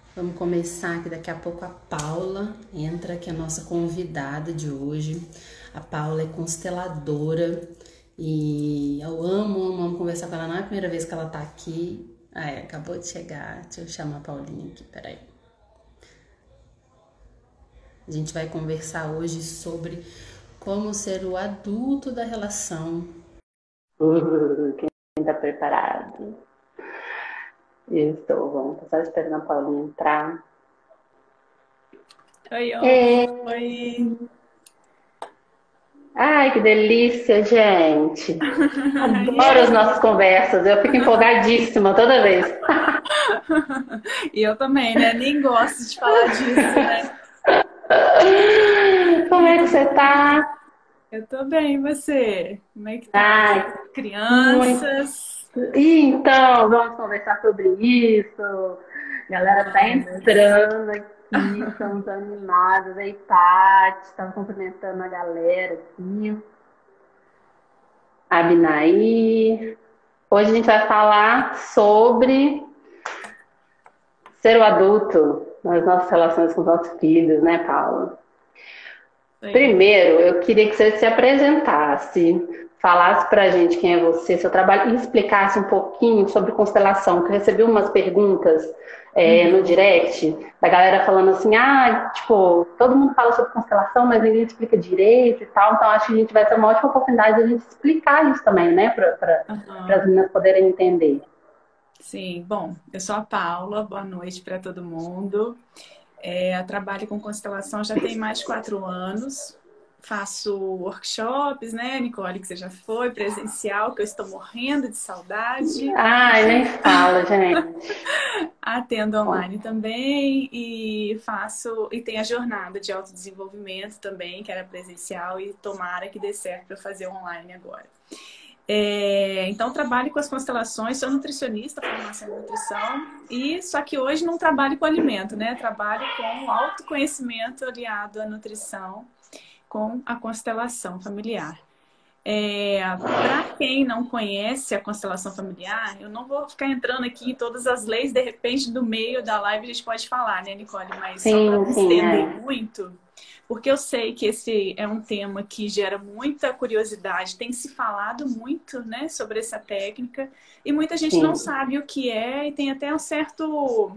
Vamos começar que daqui a pouco a Paula entra, que é a nossa convidada de hoje. A Paula é consteladora e eu amo conversar com ela. Não é a primeira vez que ela tá aqui. Acabou de chegar. Deixa eu chamar a Paulinha aqui, peraí. A gente vai conversar hoje sobre como ser o adulto da relação. Quem está preparado? Eu estou, vamos só esperando a Paulinha entrar. Oi, É. oi. Ai, que delícia, gente. E Adoro as aí? nossas conversas, eu fico empolgadíssima toda vez. E eu também, né? Nem gosto de falar disso, né? Como é que você tá? Eu tô bem, e você? Como é que tá aí? Ai, muito. Crianças? Então, vamos conversar sobre isso. A galera tá Vamos. entrando aqui, estamos animados. Aí, Tati, estava cumprimentando a galera aqui. Abinaí. Hoje a gente vai falar sobre ser o adulto nas nossas relações com os nossos filhos, né, Paula? Aí. Primeiro, eu queria que você se apresentasse, falasse pra gente quem é você, seu trabalho, e explicasse um pouquinho sobre constelação, que eu recebi umas perguntas no Uhum. direct, da galera falando assim, tipo, todo mundo fala sobre constelação, mas ninguém explica direito e tal, então acho que a gente vai ter uma ótima oportunidade de a gente explicar isso também, né, para as Aham. meninas poderem entender. Sim, bom, eu sou a Paula, boa noite para todo mundo. Eu trabalho com constelação já tem mais de 4 anos. Faço workshops, né, Nicole, que você já foi, presencial, que eu estou morrendo de saudade. Ai, nem fala, gente. Atendo Bom, online também e faço e tem a jornada de autodesenvolvimento também, que era presencial e tomara que dê certo para fazer online agora. Então trabalho com as constelações, sou nutricionista, formação em nutrição e só que hoje não trabalho com alimento, né? Trabalho com o autoconhecimento aliado à nutrição com a constelação familiar. Para quem não conhece a constelação familiar, eu não vou ficar entrando aqui em todas as leis, de repente, do meio da live a gente pode falar, né, Nicole? Mas só para sim, não sim, estender é. muito, porque eu sei que esse é um tema que gera muita curiosidade, tem se falado muito, né, sobre essa técnica, e muita gente não Sim. sabe o que é, e tem até um certo,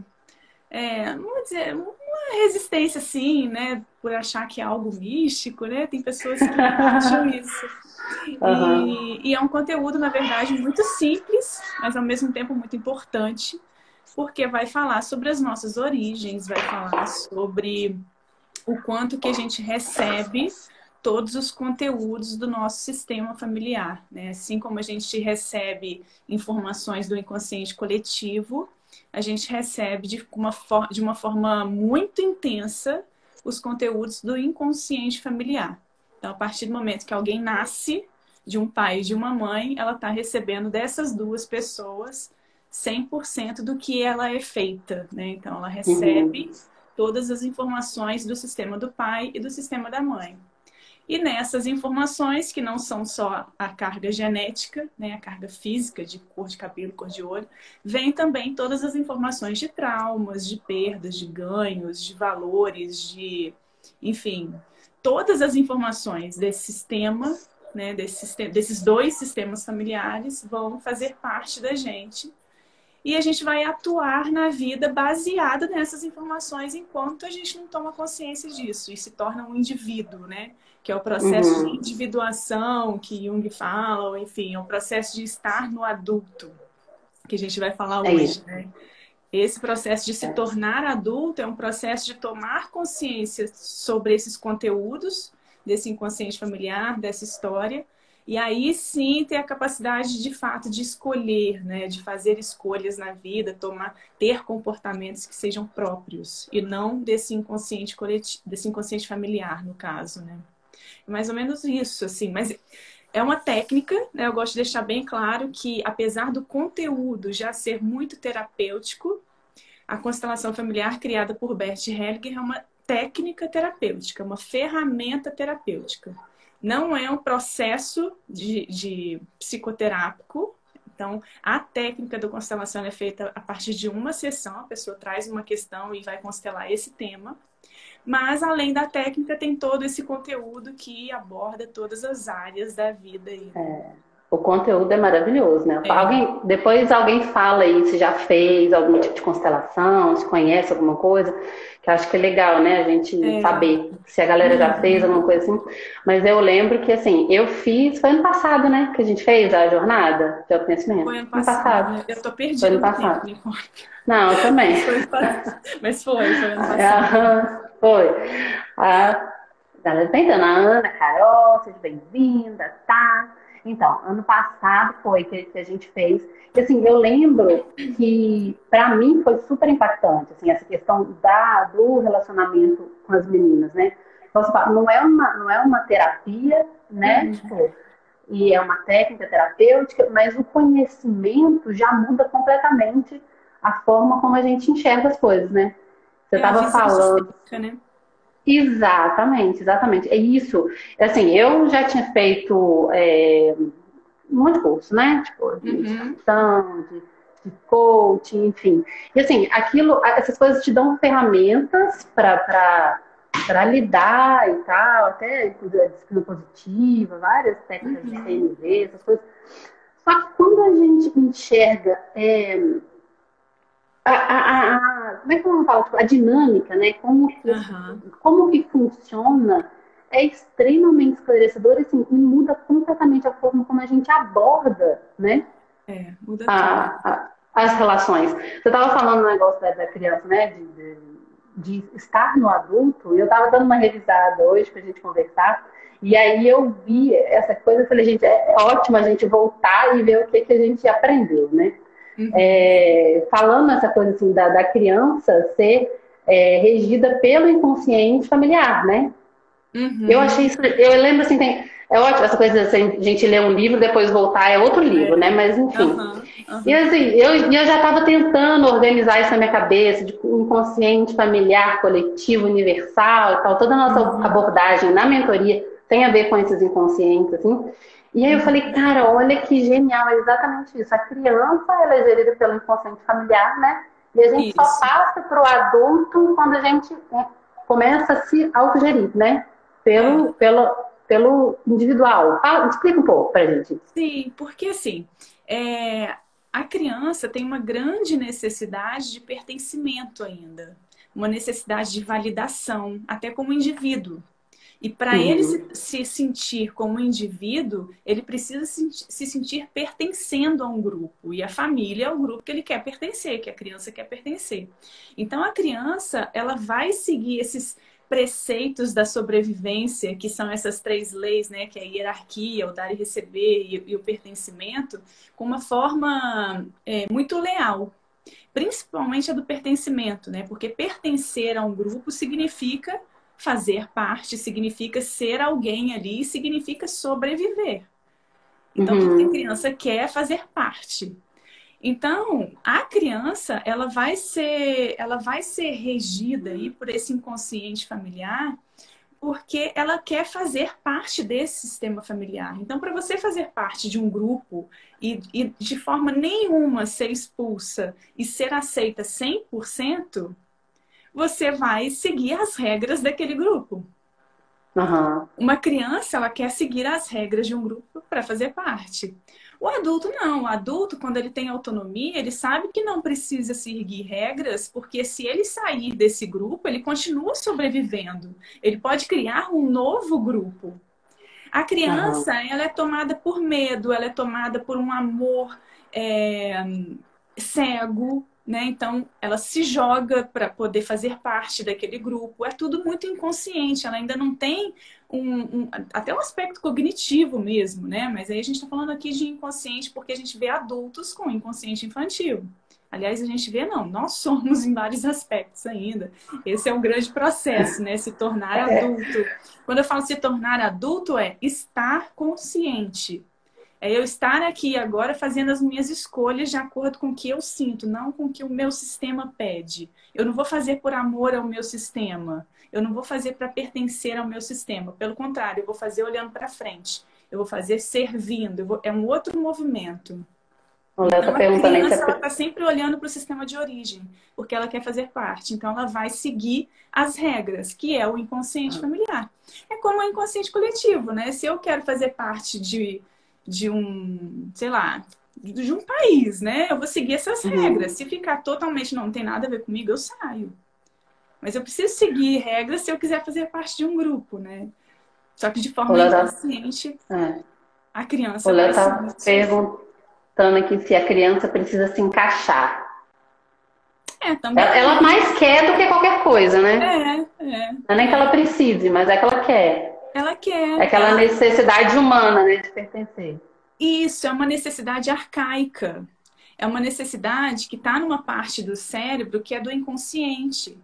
vamos dizer, uma resistência, assim, né, por achar que é algo místico, né? Tem pessoas que acham isso. Aham. E é um conteúdo, na verdade, muito simples, mas ao mesmo tempo muito importante, porque vai falar sobre as nossas origens, vai falar sobre o quanto que a gente recebe todos os conteúdos do nosso sistema familiar, né? Assim como a gente recebe informações do inconsciente coletivo, a gente recebe de uma forma muito intensa os conteúdos do inconsciente familiar. Então, a partir do momento que alguém nasce de um pai e de uma mãe, ela está recebendo dessas duas pessoas 100% do que ela é feita, né? Então, ela Uhum. recebe todas as informações do sistema do pai e do sistema da mãe. E nessas informações, que não são só a carga genética, né, a carga física de cor de cabelo, cor de olho, vem também todas as informações de traumas, de perdas, de ganhos, de valores, enfim, todas as informações desse sistema, né, desses dois sistemas familiares vão fazer parte da gente e a gente vai atuar na vida baseada nessas informações enquanto a gente não toma consciência disso e se torna um indivíduo, né? Que é o processo de Uhum. individuação que Jung fala, ou enfim, é o processo de estar no adulto, que a gente vai falar É hoje, isso. né? Esse processo de se É. tornar adulto é um processo de tomar consciência sobre esses conteúdos, desse inconsciente familiar, dessa história, e aí sim ter a capacidade de fato de escolher, né, de fazer escolhas na vida, ter comportamentos que sejam próprios e não desse inconsciente coletivo, desse inconsciente familiar, no caso, né? É mais ou menos isso, assim, mas é uma técnica, né? Eu gosto de deixar bem claro que, apesar do conteúdo já ser muito terapêutico, a constelação familiar criada por Bert Hellinger é uma técnica terapêutica, uma ferramenta terapêutica. Não é um processo de psicoterápico, Então, a técnica da constelação é feita a partir de uma sessão, a pessoa traz uma questão e vai constelar esse tema. Mas, além da técnica, tem todo esse conteúdo que aborda todas as áreas da vida aí. O conteúdo é maravilhoso, né? Depois alguém fala aí se já fez algum tipo de constelação, se conhece alguma coisa, que eu acho que é legal, né? A gente saber se a galera já fez alguma coisa assim. Mas eu lembro que, assim, eu fiz, foi ano passado, né? Que a gente fez a jornada de autoconhecimento. Foi ano passado. Eu tô perdida. Foi ano passado. Não, eu também. Mas foi ano passado. Foi. A galera tentando, a Ana, Carol, seja bem-vinda, tá? Então, ano passado foi que a gente fez. E, assim, eu lembro que, para mim, foi super impactante, assim, essa questão do relacionamento com as meninas, né? Então, não é uma terapia, né? Tipo, e é uma técnica terapêutica, mas o conhecimento já muda completamente a forma como a gente enxerga as coisas, né? Você estava falando... Né? Exatamente. É isso. Assim, eu já tinha feito um monte de curso, né? Tipo, de meditação, de coaching, enfim. E assim, essas coisas te dão ferramentas para lidar e tal, até inclusive a disciplina positiva, várias técnicas de CNV, essas coisas. Só que quando a gente enxerga como é que eu falo? Tipo, a dinâmica, né? Como que funciona é extremamente esclarecedor assim, e muda completamente a forma como a gente aborda, né? Muda as relações. Você estava falando um negócio da criança, né? De estar no adulto, e eu estava dando uma revisada hoje pra gente conversar, e aí eu vi essa coisa e falei, gente, é ótimo a gente voltar e ver o que a gente aprendeu, né? Falando essa coisa assim da criança ser regida pelo inconsciente familiar, né? Eu achei isso, eu lembro assim, é ótimo essa coisa assim, a gente ler um livro depois voltar é outro livro, né? Mas enfim. E assim, eu já estava tentando organizar isso na minha cabeça, de inconsciente familiar, coletivo, universal e tal. Toda a nossa abordagem na mentoria tem a ver com esses inconscientes, assim. E aí eu falei, cara, olha que genial, é exatamente isso. A criança, ela é gerida pelo inconsciente familiar, né? E a gente só passa para o adulto quando a gente começa a se autogerir, né? Pelo individual. Explica um pouco pra gente. Sim, porque assim, a criança tem uma grande necessidade de pertencimento ainda. Uma necessidade de validação, até como indivíduo. E para ele se sentir como indivíduo, ele precisa se sentir pertencendo a um grupo. E a família é o grupo que ele quer pertencer, que a criança quer pertencer. Então a criança, ela vai seguir esses preceitos da sobrevivência, que são essas 3 leis, né, que é a hierarquia, o dar e receber e o pertencimento, com uma forma muito leal. Principalmente a do pertencimento, né? Porque pertencer a um grupo significa fazer parte, significa ser alguém ali, significa sobreviver. Então, a criança quer fazer parte. Então, a criança, ela vai ser regida aí por esse inconsciente familiar, porque ela quer fazer parte desse sistema familiar. Então, para você fazer parte de um grupo e de forma nenhuma ser expulsa e ser aceita 100%, você vai seguir as regras daquele grupo. Uma criança, ela quer seguir as regras de um grupo para fazer parte. O adulto não. O adulto, quando ele tem autonomia, ele sabe que não precisa seguir regras, porque se ele sair desse grupo, ele continua sobrevivendo. Ele pode criar um novo grupo. A criança, ela é tomada por medo, ela é tomada por um amor cego, né? Então, ela se joga para poder fazer parte daquele grupo. É tudo muito inconsciente, ela ainda não tem até um aspecto cognitivo mesmo, né? Mas aí a gente está falando aqui de inconsciente porque a gente vê adultos com inconsciente infantil. Aliás, a gente vê, não, nós somos em vários aspectos ainda. Esse é um grande processo, né? Se tornar adulto. Quando eu falo se tornar adulto, é estar consciente. É eu estar aqui agora fazendo as minhas escolhas de acordo com o que eu sinto, não com o que o meu sistema pede. Eu não vou fazer por amor ao meu sistema. Eu não vou fazer para pertencer ao meu sistema. Pelo contrário, eu vou fazer olhando para frente. Eu vou fazer servindo. É um outro movimento. O Léo tá Então, a perguntando aí se criança ela está sempre olhando para o sistema de origem, porque ela quer fazer parte. Então, ela vai seguir as regras, que é o inconsciente familiar. É como o inconsciente coletivo, né? Se eu quero fazer parte de um, sei lá, de um país, né? Eu vou seguir essas regras. Se ficar totalmente não tem nada a ver comigo, eu saio. Mas eu preciso seguir regras se eu quiser fazer parte de um grupo, né? Só que de o forma Léo tá, inconsciente, é, a o criança vai Léo seguir tá isso. perguntando aqui se a criança precisa se encaixar. É, Ela também. mais quer do que qualquer coisa, né? É. Não é nem que ela precise, mas é que ela quer. Ela É quer, aquela necessidade humana, né, de pertencer. isso é uma necessidade arcaica. É uma necessidade que está numa parte do cérebro que é do inconsciente.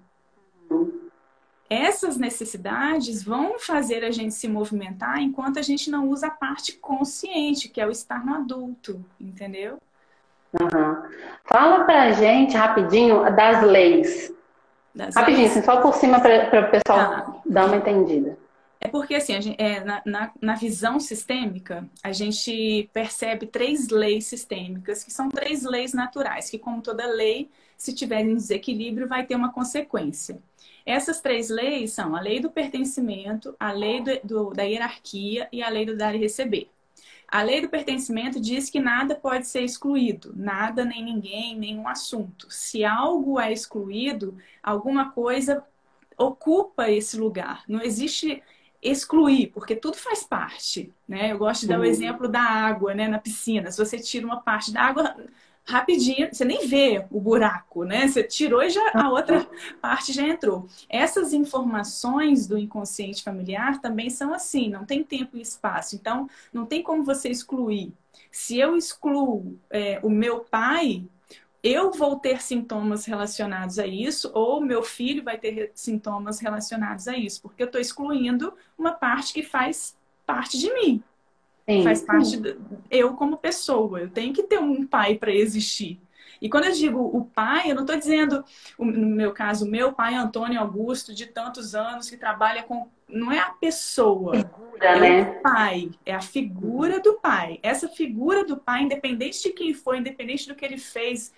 Essas necessidades vão fazer a gente se movimentar enquanto a gente não usa a parte consciente, que é o estar no adulto, entendeu? Uhum. Fala pra gente rapidinho das leis. Das Rapidinho, assim, leis. só por cima para o Tá. pessoal dar uma entendida. É porque, assim, na visão sistêmica, a gente percebe três leis sistêmicas, que são três leis naturais, que, como toda lei, se tiver em desequilíbrio, vai ter uma consequência. Essas três leis são a lei do pertencimento, a lei da hierarquia e a lei do dar e receber. A lei do pertencimento diz que nada pode ser excluído, nada, nem ninguém, nenhum assunto. Se algo é excluído, alguma coisa ocupa esse lugar. Não existe excluir, porque tudo faz parte, né? Eu gosto de dar o exemplo da água, né, na piscina. Se você tira uma parte da água rapidinho, você nem vê o buraco, né? Você tirou e já a outra parte já entrou. Essas informações do inconsciente familiar também são assim, não tem tempo e espaço. Então, não tem como você excluir. Se eu excluo o meu pai, eu vou ter sintomas relacionados a isso, ou meu filho vai ter sintomas relacionados a isso, porque eu estou excluindo uma parte que faz parte de mim, faz Sim, parte eu como pessoa. Eu tenho que ter um pai para existir. E quando eu digo o pai, eu não estou dizendo, no meu caso, o meu pai Antônio Augusto, de tantos anos, que trabalha com. Não é a pessoa, figura, é o né? pai, é a figura do pai. Essa figura do pai, independente de quem foi, independente do que ele fez,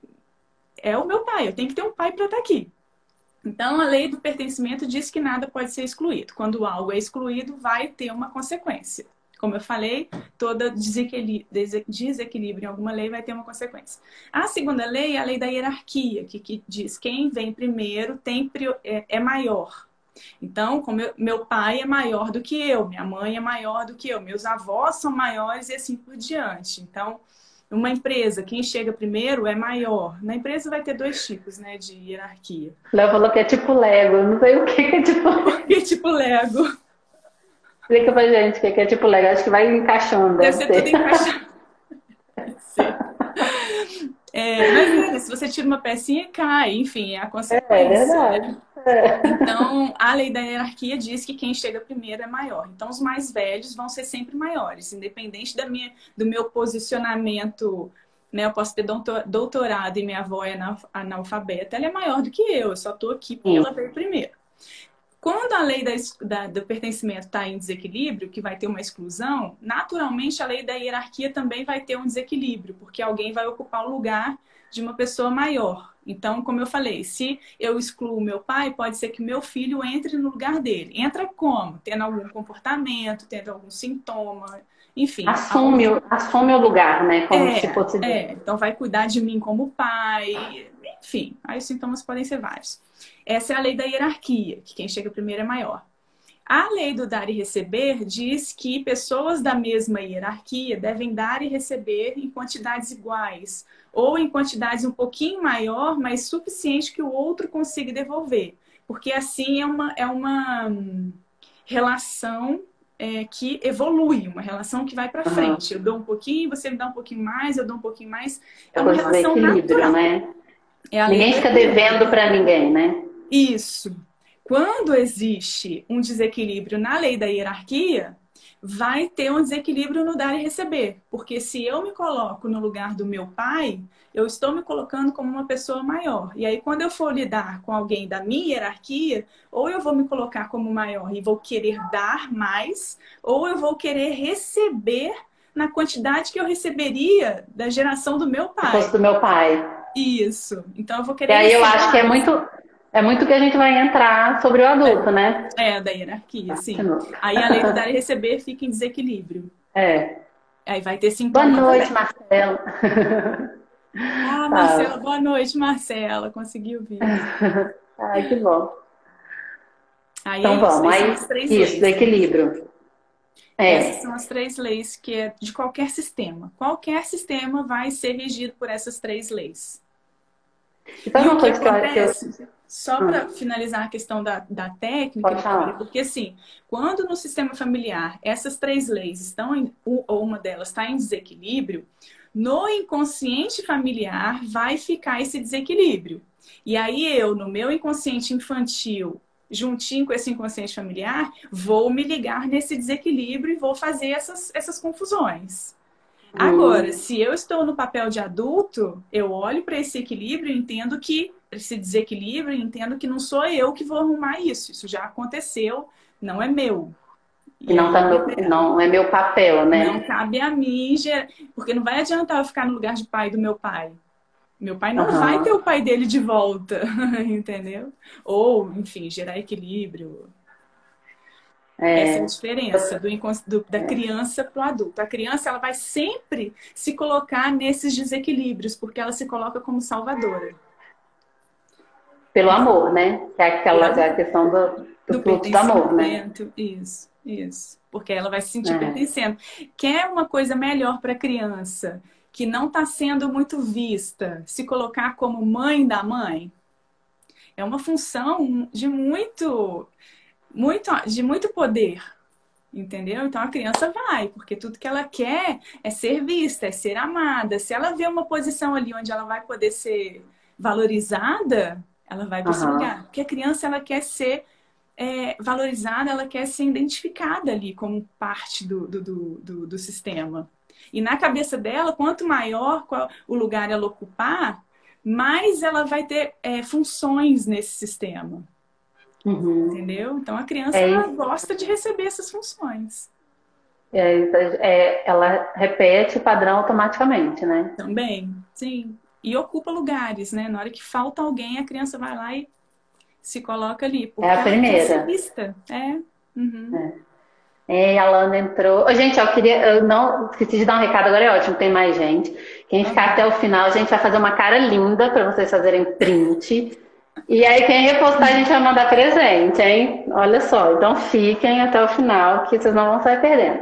é o meu pai, eu tenho que ter um pai para estar aqui. Então, a lei do pertencimento diz que nada pode ser excluído. Quando algo é excluído, vai ter uma consequência. Como eu falei, todo desequilíbrio em alguma lei vai ter uma consequência. A segunda lei é a lei da hierarquia, que diz que quem vem primeiro é maior. Então, como meu pai é maior do que eu, minha mãe é maior do que eu, meus avós são maiores e assim por diante. Então, uma empresa, quem chega primeiro é maior. Na empresa vai ter dois tipos, né, de hierarquia. Léo falou que é tipo Lego. Eu não sei o que é tipo Lego. E tipo Lego. Explica pra gente o que é tipo Lego. Acho que vai encaixando, Deve deve ser tudo ser. encaixado. Deve ser. Mas se você tira uma pecinha, cai. Enfim, é a É consequência, né? verdade. É. Então, a lei da hierarquia diz que quem chega primeiro é maior. Então, os mais velhos vão ser sempre maiores, independente do meu posicionamento. Né? Eu posso ter doutorado e minha avó é analfabeta, ela é maior do que eu só estou aqui porque ela veio primeiro. Quando a lei do pertencimento está em desequilíbrio, que vai ter uma exclusão, naturalmente a lei da hierarquia também vai ter um desequilíbrio, porque alguém vai ocupar o lugar de uma pessoa maior. Então, como eu falei, se eu excluo meu pai, pode ser que meu filho entre no lugar dele. Entra como? Tendo algum comportamento, tendo algum sintoma, enfim. Assume o lugar, né? Como se fosse dele. Então vai cuidar de mim como pai, enfim. Aí os sintomas podem ser vários. Essa é a lei da hierarquia, que quem chega primeiro é maior. A lei do dar e receber diz que pessoas da mesma hierarquia devem dar e receber em quantidades iguais, ou em quantidades um pouquinho maior, mas suficiente que o outro consiga devolver. Porque assim é uma relação que evolui, uma relação que vai para frente. Eu dou um pouquinho, você me dá um pouquinho mais, eu dou um pouquinho mais. É uma Coisa do relação equilíbrio, natural. né? É a lei Ninguém do fica equilíbrio. devendo para ninguém, né? Isso. Quando existe um desequilíbrio na lei da hierarquia, vai ter um desequilíbrio no dar e receber. Porque se eu me coloco no lugar do meu pai, eu estou me colocando como uma pessoa maior. E aí, quando eu for lidar com alguém da minha hierarquia, ou eu vou me colocar como maior e vou querer dar mais, ou eu vou querer receber na quantidade que eu receberia da geração do meu Se pai. fosse do meu pai. Isso. Então eu vou E querer aí eu receber acho que mais. é muito que a gente vai entrar sobre o adulto, né? Da hierarquia, De sim. novo. Aí a lei do dar e receber fica em desequilíbrio. É. Aí vai ter Boa sintoma noite, também. Marcelo. Ah, Marcela, Tá. boa noite, Marcela. Conseguiu vir. Ai, que bom. Aí é Então isso. vamos. Aí são Aí, as três isso, do leis, né? equilíbrio. Essas É. são as três leis que é de qualquer sistema. Qualquer sistema vai ser regido por essas três leis. E sabe E o uma que coisa acontece, só para ah, finalizar a questão da técnica, pode Nicole, falar. porque assim, quando no sistema familiar essas três leis estão em, ou uma delas está em desequilíbrio, no inconsciente familiar vai ficar esse desequilíbrio. E aí eu, no meu inconsciente infantil, juntinho com esse inconsciente familiar, vou me ligar nesse desequilíbrio e vou fazer essas confusões. Agora, Hum, se eu estou no papel de adulto, eu olho para esse equilíbrio e entendo que, esse desequilíbrio, e entendo que não sou eu que vou arrumar isso. Isso já aconteceu, não é meu. e E não, aí tá eu libero. não é meu papel, Não né? cabe a mim, porque não vai adiantar eu ficar no lugar de pai do meu pai. Meu pai não vai ter Aham. o pai dele de volta, entendeu? Ou, enfim, gerar equilíbrio. Essa é a É, diferença da criança para o adulto. A criança ela vai sempre se colocar nesses desequilíbrios, porque ela se coloca como salvadora. pelo Então, amor, né? Que é por aquela amor. questão do Do fluxo do amor, né? pertencimento, isso. Porque ela vai se sentir É. pertencendo. Quer uma coisa melhor para a criança, que não está sendo muito vista, se colocar como mãe da mãe? É uma função de muito poder. Entendeu? Então a criança vai, porque tudo que ela quer é ser vista, é ser amada. Se ela vê uma posição ali onde ela vai poder ser valorizada, ela vai para esse Aham. lugar. Porque a criança ela quer ser valorizada, ela quer ser identificada ali como parte do sistema. E na cabeça dela, quanto maior o lugar ela ocupar, mais ela vai ter funções nesse sistema. Uhum. Entendeu? Então a criança É ela isso. gosta de receber essas funções. Ela repete o padrão automaticamente, né? Também, sim. E ocupa lugares, né? Na hora que falta alguém, a criança vai lá e se coloca ali, É porque a ela quer primeira. ser vista. É. Uhum. É, a Lana entrou. Ô, gente, eu não esqueci de dar um recado, agora é ótimo, tem mais gente. Quem ficar Aham. até o final, a gente vai fazer uma cara linda para vocês fazerem print. E aí, quem repostar, a gente vai mandar presente, hein? Olha só, então fiquem até o final, que vocês não vão sair perdendo.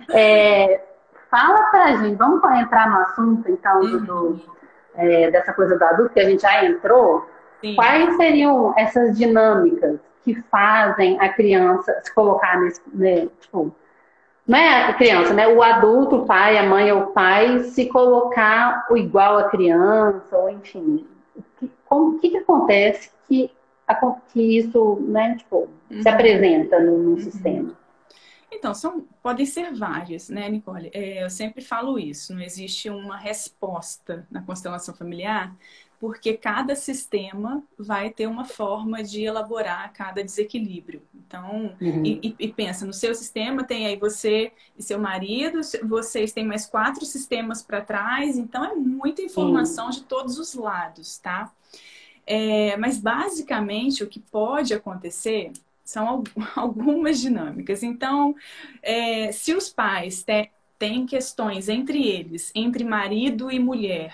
É, fala pra gente, vamos entrar no assunto, então, Uhum. dessa coisa do adulto, que a gente já entrou. Sim. Quais seriam essas dinâmicas que fazem a criança se colocar nesse, né, tipo, não é a criança, né? O adulto, o pai, a mãe ou o pai, se colocar o igual à criança, ou enfim. O que acontece que isso, né, tipo, se Uhum. apresenta no Uhum. sistema? Então, podem ser várias, né, Nicole? Eu sempre falo isso, não existe uma resposta na constelação familiar, porque cada sistema vai ter uma forma de elaborar cada desequilíbrio. Então, Uhum. e pensa, no seu sistema tem aí você e seu marido, vocês têm mais 4 sistemas para trás, então é muita Sim. informação de todos os lados, tá? Mas basicamente o que pode acontecer são algumas dinâmicas. Então, se os pais têm questões entre eles, entre marido e mulher,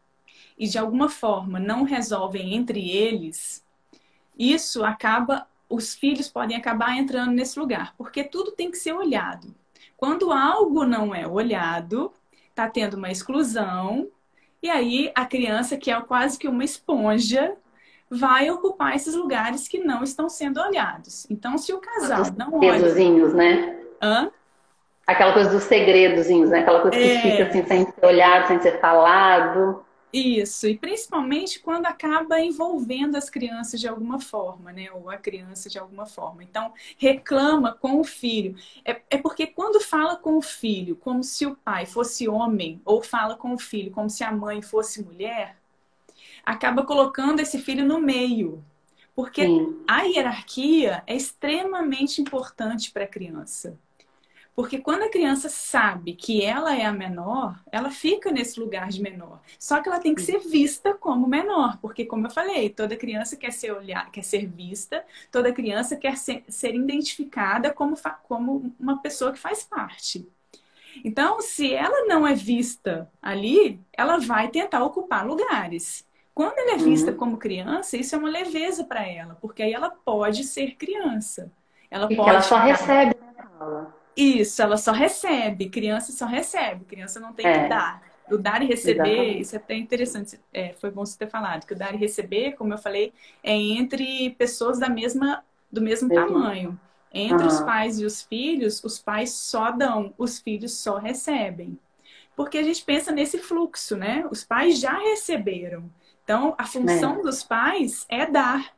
e de alguma forma não resolvem entre eles, isso acaba, os filhos podem acabar entrando nesse lugar, porque tudo tem que ser olhado. Quando algo não é olhado, está tendo uma exclusão, e aí a criança, que é quase que uma esponja, vai ocupar esses lugares que não estão sendo olhados. Então, se o Dos casal não olha. segredozinhos, né? Hã? Aquela coisa dos segredozinhos, né? Aquela coisa que fica assim, É, sem ser olhado, sem ser falado. isso. E principalmente quando acaba envolvendo as crianças de alguma forma, né? Ou a criança de alguma forma. Então, reclama com o filho. É porque quando fala com o filho como se o pai fosse homem, ou fala com o filho como se a mãe fosse mulher, acaba colocando esse filho no meio. Porque Sim. a hierarquia é extremamente importante para a criança. Porque quando a criança sabe que ela é a menor, ela fica nesse lugar de menor. Só que ela tem que ser vista como menor, porque como eu falei, toda criança quer ser olhada, quer ser vista, toda criança quer ser identificada como uma pessoa que faz parte. Então, se ela não é vista ali, ela vai tentar ocupar lugares. Quando ela é vista como criança, isso é uma leveza para ela, porque aí ela pode ser criança. Ela E que ela pode só ficar... recebe, né, Paula? Isso, ela só recebe, criança só recebe, criança não tem que É, dar. O dar e receber, exatamente. isso é até interessante, foi bom você ter falado, que o dar e receber, como eu falei, é entre pessoas do mesmo Mesmo. tamanho. Entre os Aham. pais e os pais só dão, os filhos só recebem. Porque a gente pensa nesse fluxo, né? Os pais já receberam. Então, a função É, dos pais é dar,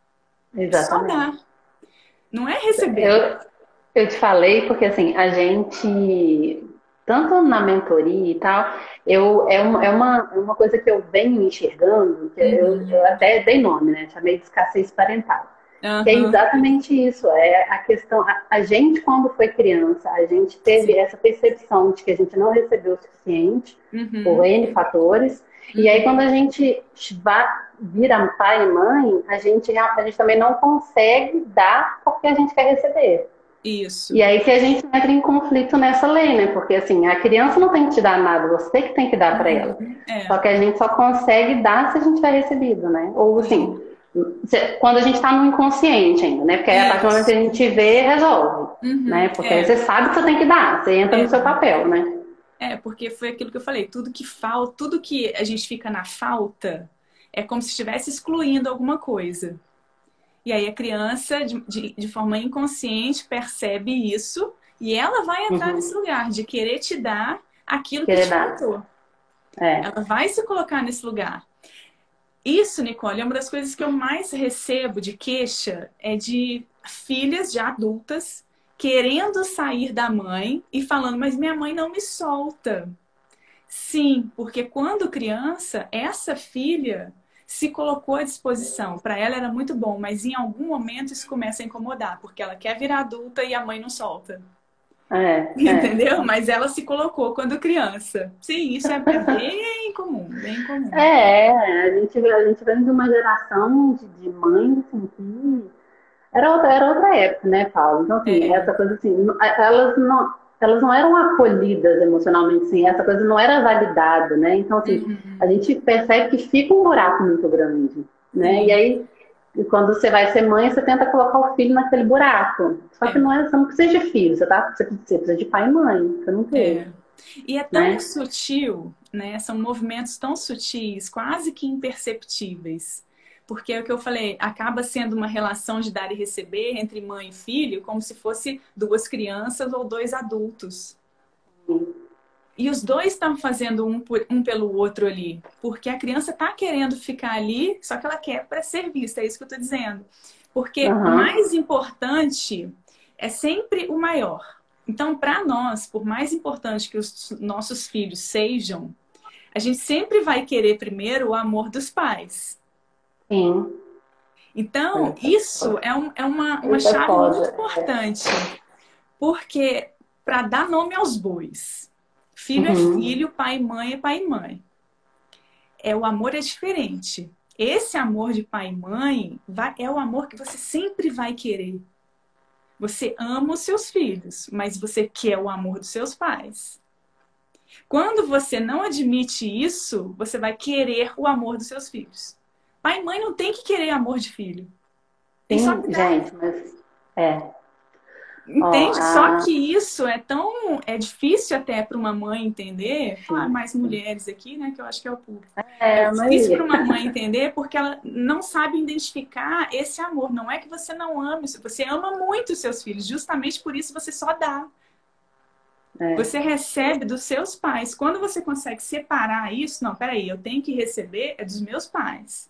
só exatamente. dar, não é receber. Eu, eu te falei porque assim, a gente, tanto na mentoria e tal, é uma coisa que eu venho enxergando, que eu Uhum. até dei nome, né? Chamei de escassez parental. Que é Aham. exatamente isso, é a questão, a gente quando foi criança, a gente teve Sim. essa percepção de que a gente não recebeu o suficiente por Uhum. N fatores, e aí quando Uhum. a gente vira pai e mãe, a gente também não consegue dar porque a gente quer receber. E Isso. aí que a gente entra em conflito nessa lei, né? Porque assim, a criança não tem que te dar nada, você que tem que dar para ela. Uhum. Só que a gente só consegue dar se a gente tiver recebido, né? Ou Sim. assim, quando a gente está no inconsciente ainda, né? Porque aí a partir do momento que Isso. a gente vê, resolve, né? Uhum. Porque aí você sabe que você tem que dar, você entra no seu papel, né? Porque foi aquilo que eu falei, tudo que falta, tudo que a gente fica na falta, é como se estivesse excluindo alguma coisa. E aí a criança, de forma inconsciente, percebe isso e ela vai entrar nesse Uhum. lugar de querer te dar aquilo que Querer te dar. faltou. É. Ela vai se colocar nesse lugar. Isso, Nicole, é uma das coisas que eu mais recebo de queixa é de filhas já adultas querendo sair da mãe e falando, mas minha mãe não me solta. Sim, porque quando criança, essa filha se colocou à disposição. Para ela era muito bom, mas em algum momento isso começa a incomodar, porque ela quer virar adulta e a mãe não solta. É. Entendeu? Mas ela se colocou quando criança. Sim, isso é bem comum, bem comum. A gente vem de uma geração de mães assim, que era outra época, né, Paulo? Então, assim, É. essa coisa assim, elas não eram acolhidas emocionalmente, assim, essa coisa não era validada, né? Então, assim, a Uhum, gente percebe que fica um buraco muito grande, né? E sim, aí, quando você vai ser mãe, você tenta colocar o filho naquele buraco. Só que é, não é, você não precisa de filho, você precisa de pai e mãe, você não teve, é. E é tão né? sutil, né? São movimentos tão sutis, quase que imperceptíveis. Porque é o que eu falei, acaba sendo uma relação de dar e receber entre mãe e filho, como se fosse duas crianças ou dois adultos. E os dois estão fazendo um pelo outro ali. Porque a criança está querendo ficar ali, só que ela quer para ser vista, é isso que eu estou dizendo. Porque o Aham. mais importante é sempre o maior. Então, para nós, por mais importante que os nossos filhos sejam, a gente sempre vai querer primeiro o amor dos pais. Sim. Então, Essa, isso é uma essa é chave muito foda. importante. Porque para dar nome aos bois, filho é Uhum. filho, pai e mãe é pai e mãe. O amor é diferente. Esse amor de pai e mãe é o amor que você sempre vai querer. Você ama os seus filhos, mas você quer o amor dos seus pais. Quando você não admite isso, você vai querer o amor dos seus filhos. Pai e mãe não tem que querer amor de filho. Tem só Sim, que dar. gente, mas é. Ó, Entende? Só a, que isso é difícil até para uma mãe entender, falar sim. mais mulheres aqui, né, que eu acho que é o público. É É, a difícil para maioria. uma mãe entender porque ela não sabe identificar esse amor. Não é que você não ama, você ama muito os seus filhos, justamente por isso você só dá. É, Você recebe dos seus pais. Quando você consegue separar isso, não, peraí, eu tenho que receber é dos meus pais.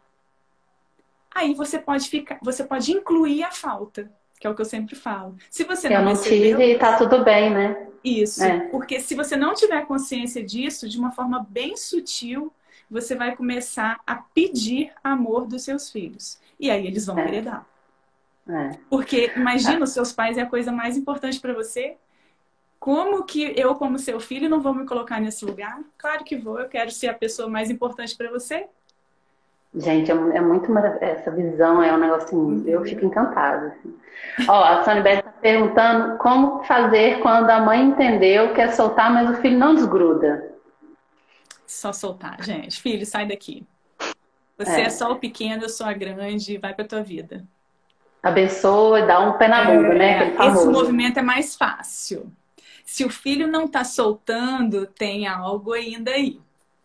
Aí você pode incluir a falta, que é o que eu sempre falo. Se você eu não não recebeu, tive e tá tudo bem, né? isso, É, porque se você não tiver consciência disso, de uma forma bem sutil, você vai começar a pedir amor dos seus filhos. E aí eles vão querer é, dar. é. Porque imagina, os seus pais é a coisa mais importante para você. Como que eu, como seu filho, não vou me colocar nesse lugar? Claro que vou, eu quero ser a pessoa mais importante para você. Gente, é muito essa visão é um negócio assim, eu Entendeu? fico encantada. Assim. Ó, a Sônia Beth está perguntando como fazer quando a mãe entendeu, quer soltar, mas o filho não desgruda. Só soltar, gente. Filho, sai daqui. Você é É, só o pequeno, eu sou a grande, vai pra tua vida. abençoa e dá um pé na bunda, né? Aquele Esse famoso. movimento é mais fácil. Se o filho não tá soltando, tem algo ainda aí.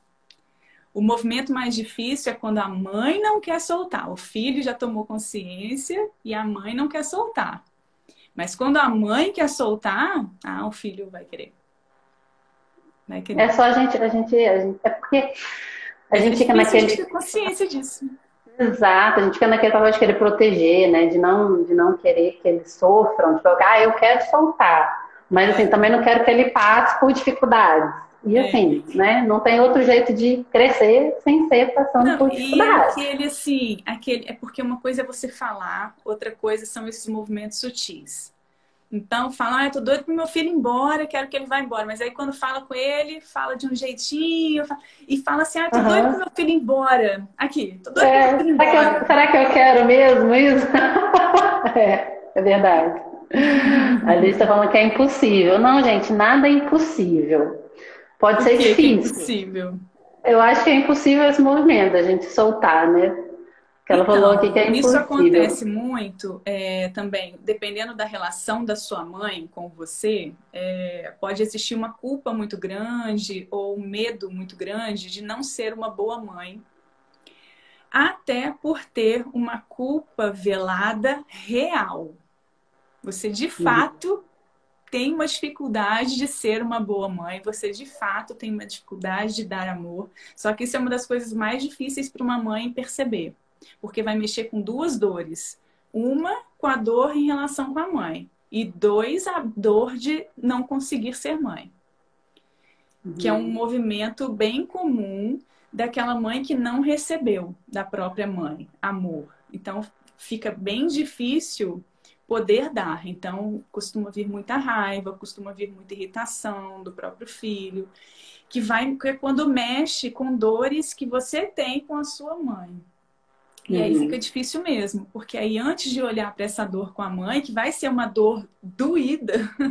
O movimento mais difícil é quando a mãe não quer soltar. O filho já tomou consciência e a mãe não quer soltar. Mas quando a mãe quer soltar, o filho vai querer. Vai É querer. só é porque a Mas é gente fica difícil a gente naquele, ter consciência disso. exato, a gente fica naquele papel de querer proteger, né? De não querer que eles sofram, tipo, eu quero soltar, mas assim, também não quero que ele passe por dificuldades. E É. assim, né? Não tem outro jeito de crescer sem ser passando Não, por e é dificuldades. aquele assim, aquele, é porque uma coisa é você falar, outra coisa são esses movimentos sutis. Então, fala, eu tô doido pro meu filho ir embora, quero que ele vá embora. Mas aí quando fala com ele, fala de um jeitinho, e fala assim, tô doido pro Aham. meu filho ir embora. Aqui, tô doido pro meu filho ir embora. Será que eu quero mesmo isso? É verdade. A Liz está falando que é impossível. Não, gente, nada é impossível. Pode O ser que que é difícil. impossível? Eu acho que é impossível esse movimento, a gente soltar, né? Que ela falou aqui que Então, é isso impossível. acontece muito também, dependendo da relação da sua mãe com você, pode existir uma culpa muito grande ou um medo muito grande de não ser uma boa mãe, até por ter uma culpa velada real. Você de Uhum. fato tem uma dificuldade de ser uma boa mãe, você de fato tem uma dificuldade de dar amor. Só que isso é uma das coisas mais difíceis para uma mãe perceber, porque vai mexer com duas dores. Uma, com a dor em relação com a mãe, e dois, a dor de não conseguir ser mãe, que é um Uhum. movimento bem comum daquela mãe que não recebeu da própria mãe amor. Então, fica bem difícil poder dar. Então, costuma vir muita raiva, costuma vir muita irritação do próprio filho, que é quando mexe com dores que você tem com a sua mãe. E aí fica Uhum. difícil mesmo, porque aí antes de olhar para essa dor com a mãe, que vai ser uma dor doída,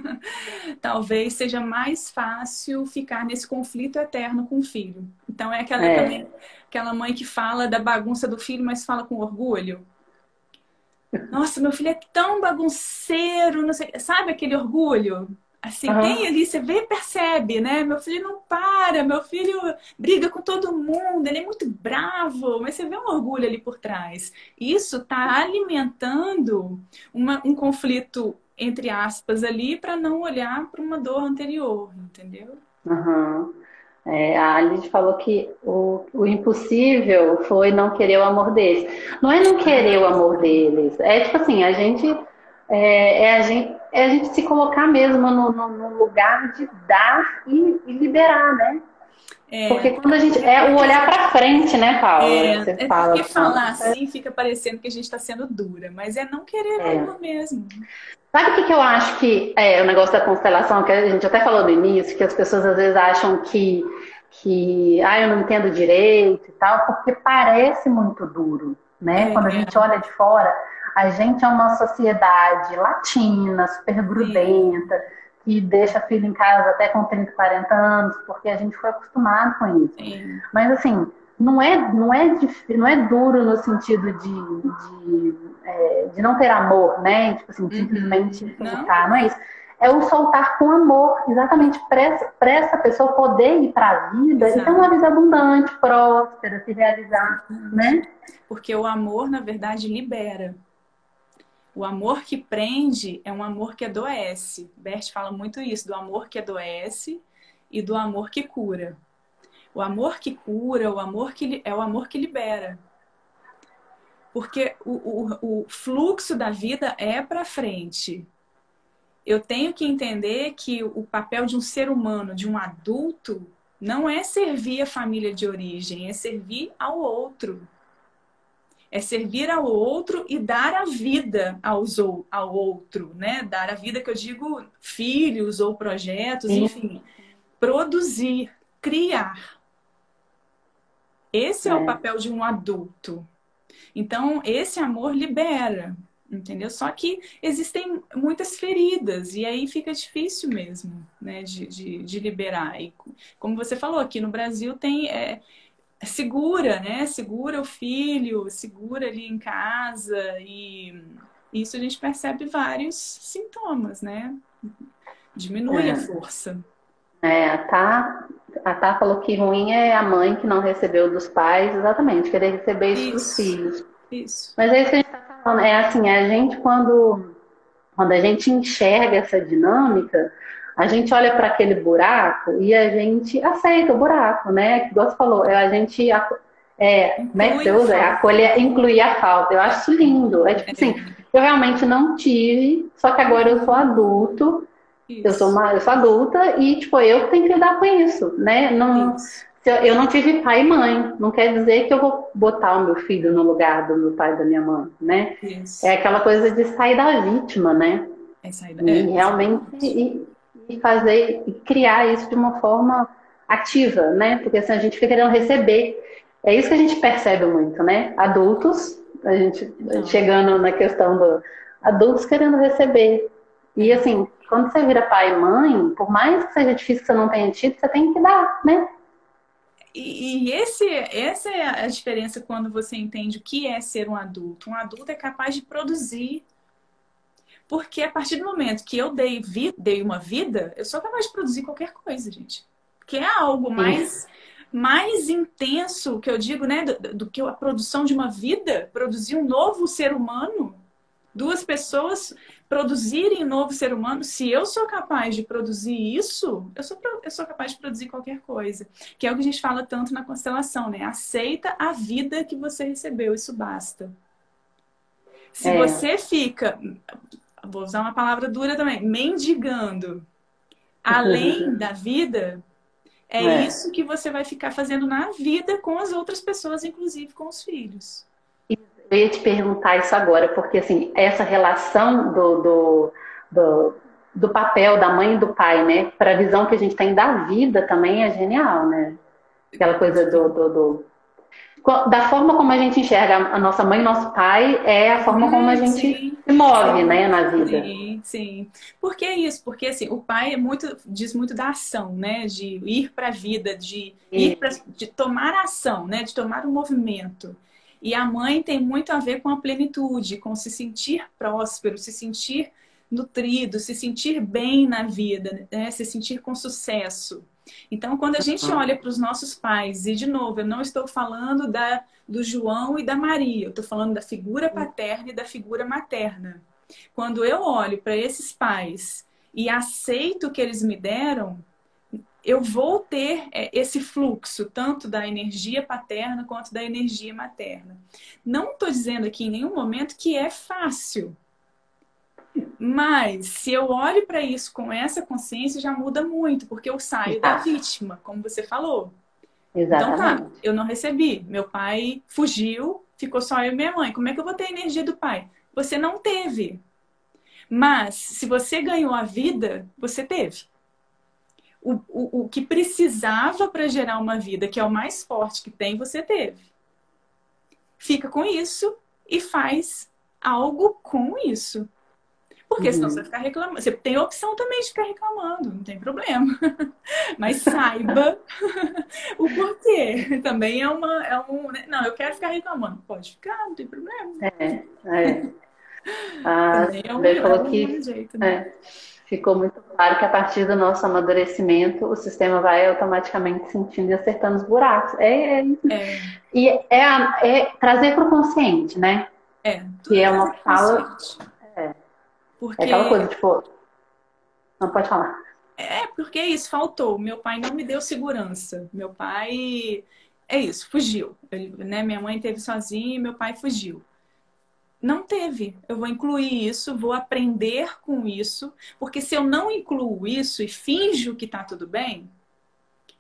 talvez seja mais fácil ficar nesse conflito eterno com o filho. Então é aquela também É. aquela mãe que fala da bagunça do filho, mas fala com orgulho. Nossa, meu filho é tão bagunceiro, não sei, sabe aquele orgulho? Assim, tem Aham. ali, você vê e percebe, né? Meu filho não para, meu filho briga com todo mundo, ele é muito bravo, mas você vê um orgulho ali por trás. Isso está alimentando um conflito, entre aspas, ali, para não olhar para uma dor anterior, entendeu? Aham. A Alice falou que o impossível foi não querer o amor deles. Não é não querer o amor deles, é tipo assim, a gente se colocar mesmo no lugar de dar e liberar, né? Porque quando a gente. É É o porque olhar pra frente, né, Paula? Você é fala. porque falar assim fica parecendo que a gente está sendo dura, mas é não querer o É. amor mesmo. Sabe o que eu acho que é o negócio da constelação, que a gente até falou no início, que as pessoas às vezes acham que eu não entendo direito e tal, porque parece muito duro, né? Quando a É, gente olha de fora, a gente é uma sociedade latina, super sim, grudenta, que deixa filho em casa até com 30, 40 anos, porque a gente foi acostumado com isso. sim. Mas assim, não é duro no sentido de não ter amor, né? Tipo assim, simplesmente Uhum. Não, soltar, não é isso. É o soltar com amor, exatamente para essa pessoa poder ir para a vida e ter uma exato. vida abundante, próspera, se realizar, Exatamente. né? Porque o amor, na verdade, libera. O amor que prende é um amor que adoece. Bert fala muito isso, do amor que adoece e do amor que cura. O amor que cura, é o amor que libera. Porque o fluxo da vida é para frente. Eu tenho que entender que o papel de um ser humano, de um adulto, não é servir a família de origem, é servir ao outro. É servir ao outro e dar a vida ao outro, né? Dar a vida, que eu digo, filhos ou projetos, enfim. Produzir, criar. Esse é o papel de um adulto. Então, esse amor libera, entendeu? Só que existem muitas feridas e aí fica difícil mesmo, né, de liberar. E como você falou, aqui no Brasil tem... segura, né? Segura o filho, segura ali em casa e isso a gente percebe vários sintomas, né? Diminui a força. A Tá falou que ruim é a mãe que não recebeu dos pais, exatamente, querer receber isso dos filhos. Isso. Mas é isso que a gente está falando, é assim, a gente quando a gente enxerga essa dinâmica, a gente olha para aquele buraco e a gente aceita o buraco, né? Que você falou, a gente como é que você usa? Acolher, incluir a falta. Eu acho isso lindo. É tipo assim, eu realmente não tive, só que agora eu sou adulto. Eu sou adulta e, tipo, eu tenho que lidar com isso, né? Não, eu não tive pai e mãe. Não quer dizer que eu vou botar o meu filho no lugar do meu pai e da minha mãe, né? Isso. É aquela coisa de sair da vítima, né? E realmente fazer, e criar isso de uma forma ativa, né? Porque assim, a gente fica querendo receber. É isso que a gente percebe muito, né? Adultos, a gente chegando na questão do adultos querendo receber. E assim, quando você vira pai e mãe, por mais que seja difícil que você não tenha tido, você tem que dar, né? E essa é a diferença quando você entende o que é ser um adulto. Um adulto é capaz de produzir. Porque a partir do momento que eu dei uma vida, eu sou capaz de produzir qualquer coisa, gente. Que é algo mais intenso, que eu digo, né? Do que a produção de uma vida, produzir um novo ser humano. Duas pessoas produzirem um novo ser humano, se eu sou capaz de produzir isso, eu sou capaz de produzir qualquer coisa. Que é o que a gente fala tanto na constelação, né? Aceita a vida que você recebeu, isso basta. Se você fica, vou usar uma palavra dura também, mendigando além da vida, isso que você vai ficar fazendo na vida com as outras pessoas, inclusive com os filhos. Eu ia te perguntar isso agora, porque assim, essa relação do papel da mãe e do pai, né, para a visão que a gente tem da vida também é genial, né? Aquela coisa da forma como a gente enxerga a nossa mãe e nosso pai é a forma como a gente se move, né, na vida. Sim. Por que isso? Porque assim, o pai diz muito da ação, né, de ir para a vida, de tomar ação, né, de tomar um movimento. E a mãe tem muito a ver com a plenitude, com se sentir próspero, se sentir nutrido, se sentir bem na vida, né? Se sentir com sucesso. Então, quando a gente olha para os nossos pais, e de novo, eu não estou falando do João e da Maria, eu estou falando da figura paterna e da figura materna. Quando eu olho para esses pais e aceito o que eles me deram, eu vou ter esse fluxo, tanto da energia paterna quanto da energia materna. Não estou dizendo aqui em nenhum momento que é fácil. Mas, se eu olho para isso com essa consciência, já muda muito, porque eu saio da vítima, como você falou. Exatamente. Então tá, eu não recebi. Meu pai fugiu, ficou só eu e minha mãe. Como é que eu vou ter a energia do pai? Você não teve. Mas, se você ganhou a vida, você teve. O que precisava para gerar uma vida, que é o mais forte que tem, você teve. Fica com isso e faz algo com isso. Porque senão você vai ficar reclamando. Você tem a opção também de ficar reclamando, não tem problema. Mas saiba o porquê. Também não, eu quero ficar reclamando. Pode ficar, não tem problema. Falou que jeito, né? ficou muito claro que a partir do nosso amadurecimento, o sistema vai automaticamente sentindo e acertando os buracos. E é trazer para o consciente, né? Que é uma fala... Porque... É aquela coisa, tipo... Não pode falar. Porque isso faltou. Meu pai não me deu segurança. Meu pai... É isso, fugiu. Minha mãe teve sozinha e meu pai fugiu. Não teve. Eu vou incluir isso, vou aprender com isso. Porque se eu não incluo isso e finjo que tá tudo bem,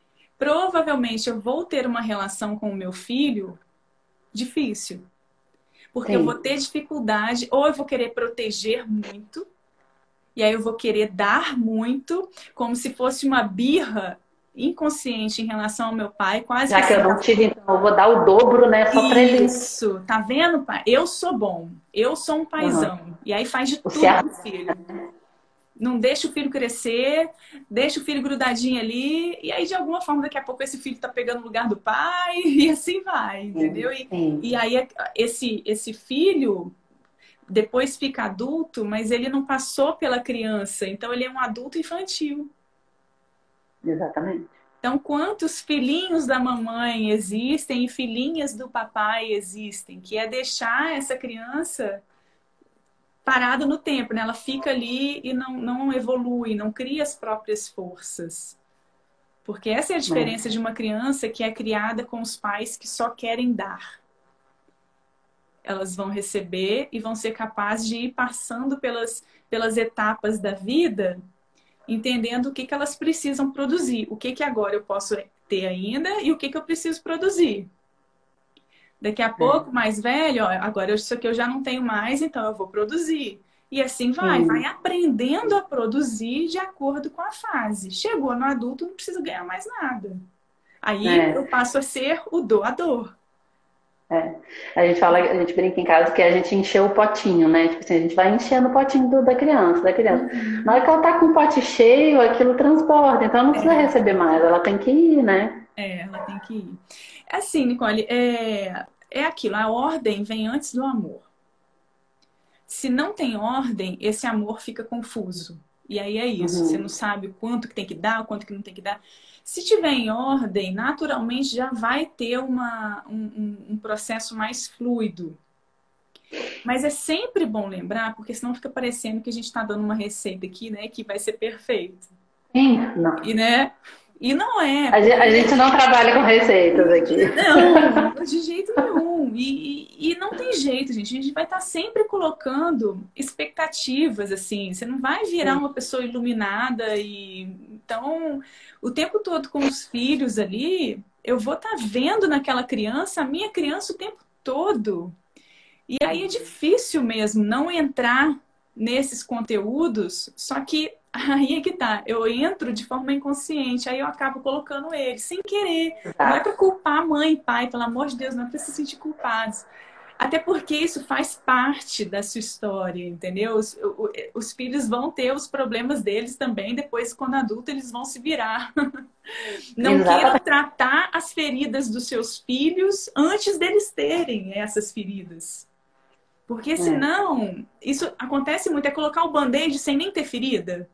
provavelmente eu vou ter uma relação com o meu filho difícil. Porque eu vou ter dificuldade, ou eu vou querer proteger muito, e aí eu vou querer dar muito, como se fosse uma birra inconsciente em relação ao meu pai, quase Já que assim, eu não tive, então eu vou dar o dobro, né? Só pra ele. isso, tá vendo, pai? Eu sou bom, eu sou um paizão. E aí faz de O tudo certo. pro filho. Não deixa o filho crescer, deixa o filho grudadinho ali, e aí de alguma forma daqui a pouco esse filho tá pegando o lugar do pai, e assim vai, entendeu? E aí esse filho depois fica adulto, mas ele não passou pela criança, então ele é um adulto infantil. Exatamente. Então, quantos filhinhos da mamãe existem e filhinhas do papai existem, que é deixar essa criança parada no tempo, né? Ela fica ali e não evolui, não cria as próprias forças. Porque essa é a diferença de uma criança que é criada com os pais que só querem dar. Elas vão receber e vão ser capazes de ir passando pelas etapas da vida, entendendo o que elas precisam produzir. O que agora eu posso ter ainda e o que eu preciso produzir. Daqui a pouco, mais velho, ó, agora isso aqui eu já não tenho mais, então eu vou produzir. E assim vai aprendendo a produzir de acordo com a fase. Chegou no adulto, não precisa ganhar mais nada. Aí eu passo a ser o doador. A gente fala, a gente brinca em casa que a gente encheu o potinho, né? Tipo assim, a gente vai enchendo o potinho da criança. Na hora que ela tá com o pote cheio, aquilo transborda, então ela não precisa receber mais, ela tem que ir, né? Ela tem que ir. Assim, Nicole, é aquilo, a ordem vem antes do amor. Se não tem ordem, esse amor fica confuso. E aí é isso, você não sabe o quanto que tem que dar, o quanto que não tem que dar. Se tiver em ordem, naturalmente já vai ter um processo mais fluido. Mas é sempre bom lembrar, porque senão fica parecendo que a gente está dando uma receita aqui, né, que vai ser perfeito. Sim, não. E não é. A gente não trabalha com receitas aqui. Não, de jeito nenhum. E não tem jeito, gente. A gente vai estar sempre colocando expectativas, assim. Você não vai virar uma pessoa iluminada. Então, o tempo todo com os filhos ali, eu vou estar vendo naquela criança, a minha criança o tempo todo. E aí é difícil mesmo não entrar nesses conteúdos, só que aí é que tá, eu entro de forma inconsciente, aí eu acabo colocando eles, sem querer. Não é pra culpar mãe e pai, pelo amor de Deus, não é pra se sentir culpados. Até porque isso faz parte da sua história, entendeu? Os filhos vão ter os problemas deles também, depois, quando adulto, eles vão se virar. Não queiram tratar as feridas dos seus filhos antes deles terem essas feridas. Porque senão, isso acontece muito, é colocar o band-aid sem nem ter ferida.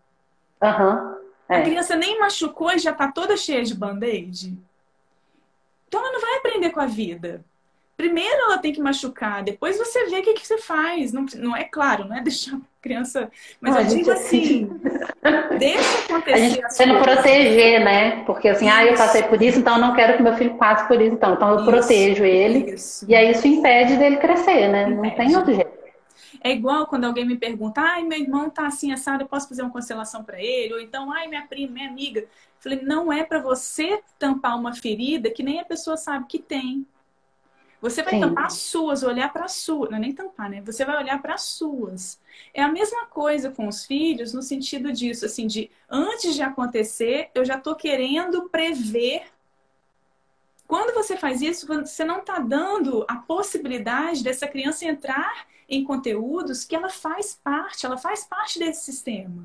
A criança nem machucou e já tá toda cheia de band-aid. Então ela não vai aprender com a vida. Primeiro ela tem que machucar, depois você vê o que você faz. Não é claro, não é deixar a criança... Mas eu digo assim, deixa acontecer. A gente tá tendo proteger, né? Porque assim, eu passei por isso, então eu não quero que meu filho passe por isso. Então eu protejo ele. E aí isso impede dele crescer, né? Não tem outro jeito. É igual quando alguém me pergunta, meu irmão tá assim assado, eu posso fazer uma constelação para ele? Ou então, minha prima, minha amiga. Eu falei, não é para você tampar uma ferida que nem a pessoa sabe que tem. Você vai tampar as suas, olhar para as suas. Não é nem tampar, né? Você vai olhar para as suas. É a mesma coisa com os filhos, no sentido disso, assim, de antes de acontecer, eu já tô querendo prever. Quando você faz isso, você não tá dando a possibilidade dessa criança entrar em conteúdos que ela faz parte desse sistema.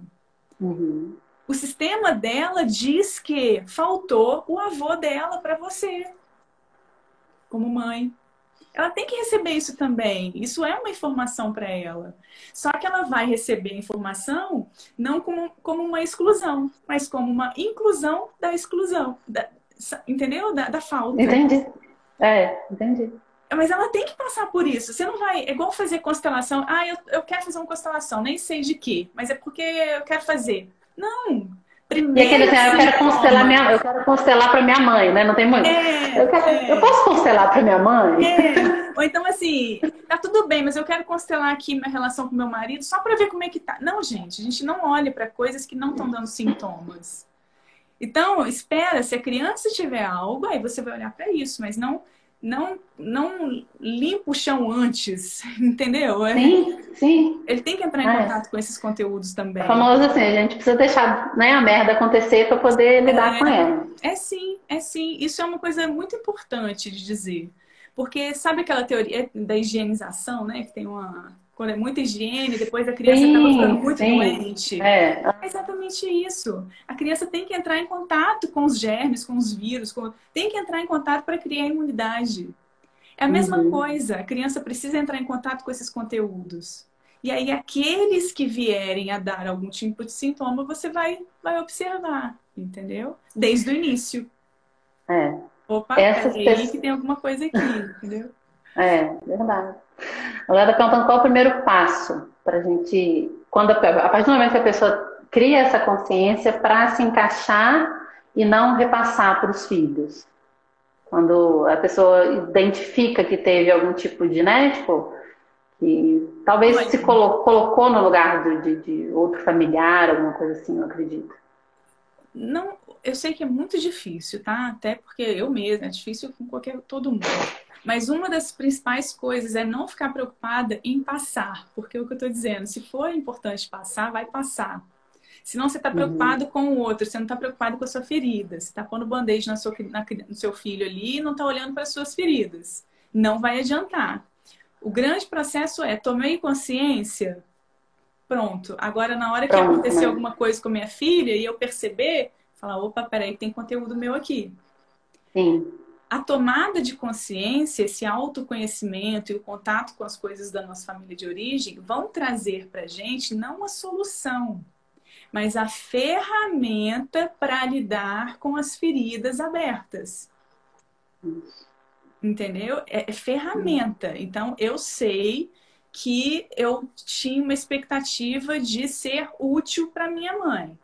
O sistema dela diz que faltou o avô dela para você, como mãe. Ela tem que receber isso também. Isso é uma informação para ela. Só que ela vai receber a informação não como uma exclusão, mas como uma inclusão da exclusão. Entendeu? Da falta. Entendi. Entendi. Mas ela tem que passar por isso. Você não vai... É igual fazer constelação. Eu quero fazer uma constelação. Nem sei de quê. Mas é porque eu quero fazer. Não. Primeiro, e aquele assim, eu quero constelar para minha mãe, né? Não tem muito. Eu posso constelar para minha mãe? Ou então assim, tá tudo bem, mas eu quero constelar aqui minha relação com meu marido só para ver como é que tá. Não, gente, a gente não olha para coisas que não estão dando sintomas. Então, espera, se a criança tiver algo, aí você vai olhar para isso, mas não não limpa o chão antes, entendeu? Sim, sim. Ele tem que entrar em contato com esses conteúdos também. É famoso assim, a gente precisa deixar, né, a merda acontecer para poder lidar com ela. Sim, é sim. Isso é uma coisa muito importante de dizer. Porque sabe aquela teoria da higienização, né? Que tem quando é muita higiene, depois a criança acaba ficando muito doente. É exatamente isso. A criança tem que entrar em contato com os germes, com os vírus, tem que entrar em contato para criar imunidade. É a mesma coisa. A criança precisa entrar em contato com esses conteúdos. E aí, aqueles que vierem a dar algum tipo de sintoma, você vai observar, entendeu? Desde o início. Opa, peraí que tem alguma coisa aqui, entendeu? Verdade. Agora está perguntando qual é o primeiro passo para a gente, a partir do momento que a pessoa cria essa consciência para se encaixar e não repassar para os filhos. Quando a pessoa identifica que teve algum tipo de, né, tipo, que talvez se colocou no lugar de outro familiar, alguma coisa assim, eu acredito. Não, eu sei que é muito difícil, tá? Até porque eu mesma, é difícil com todo mundo. Mas uma das principais coisas é não ficar preocupada em passar. Porque é o que eu tô dizendo, se for importante passar, vai passar. Senão você está preocupado com o outro, você não está preocupado com a sua ferida. Você está pondo band-aid no seu filho ali e não está olhando para as suas feridas. Não vai adiantar. O grande processo é, tomei consciência, pronto. Agora, na hora que acontecer alguma coisa com a minha filha e eu perceber, falar, opa, peraí, tem conteúdo meu aqui. Sim. A tomada de consciência, esse autoconhecimento e o contato com as coisas da nossa família de origem vão trazer para a gente não uma solução, mas a ferramenta para lidar com as feridas abertas. Entendeu? É ferramenta. Então, eu sei que eu tinha uma expectativa de ser útil para minha mãe.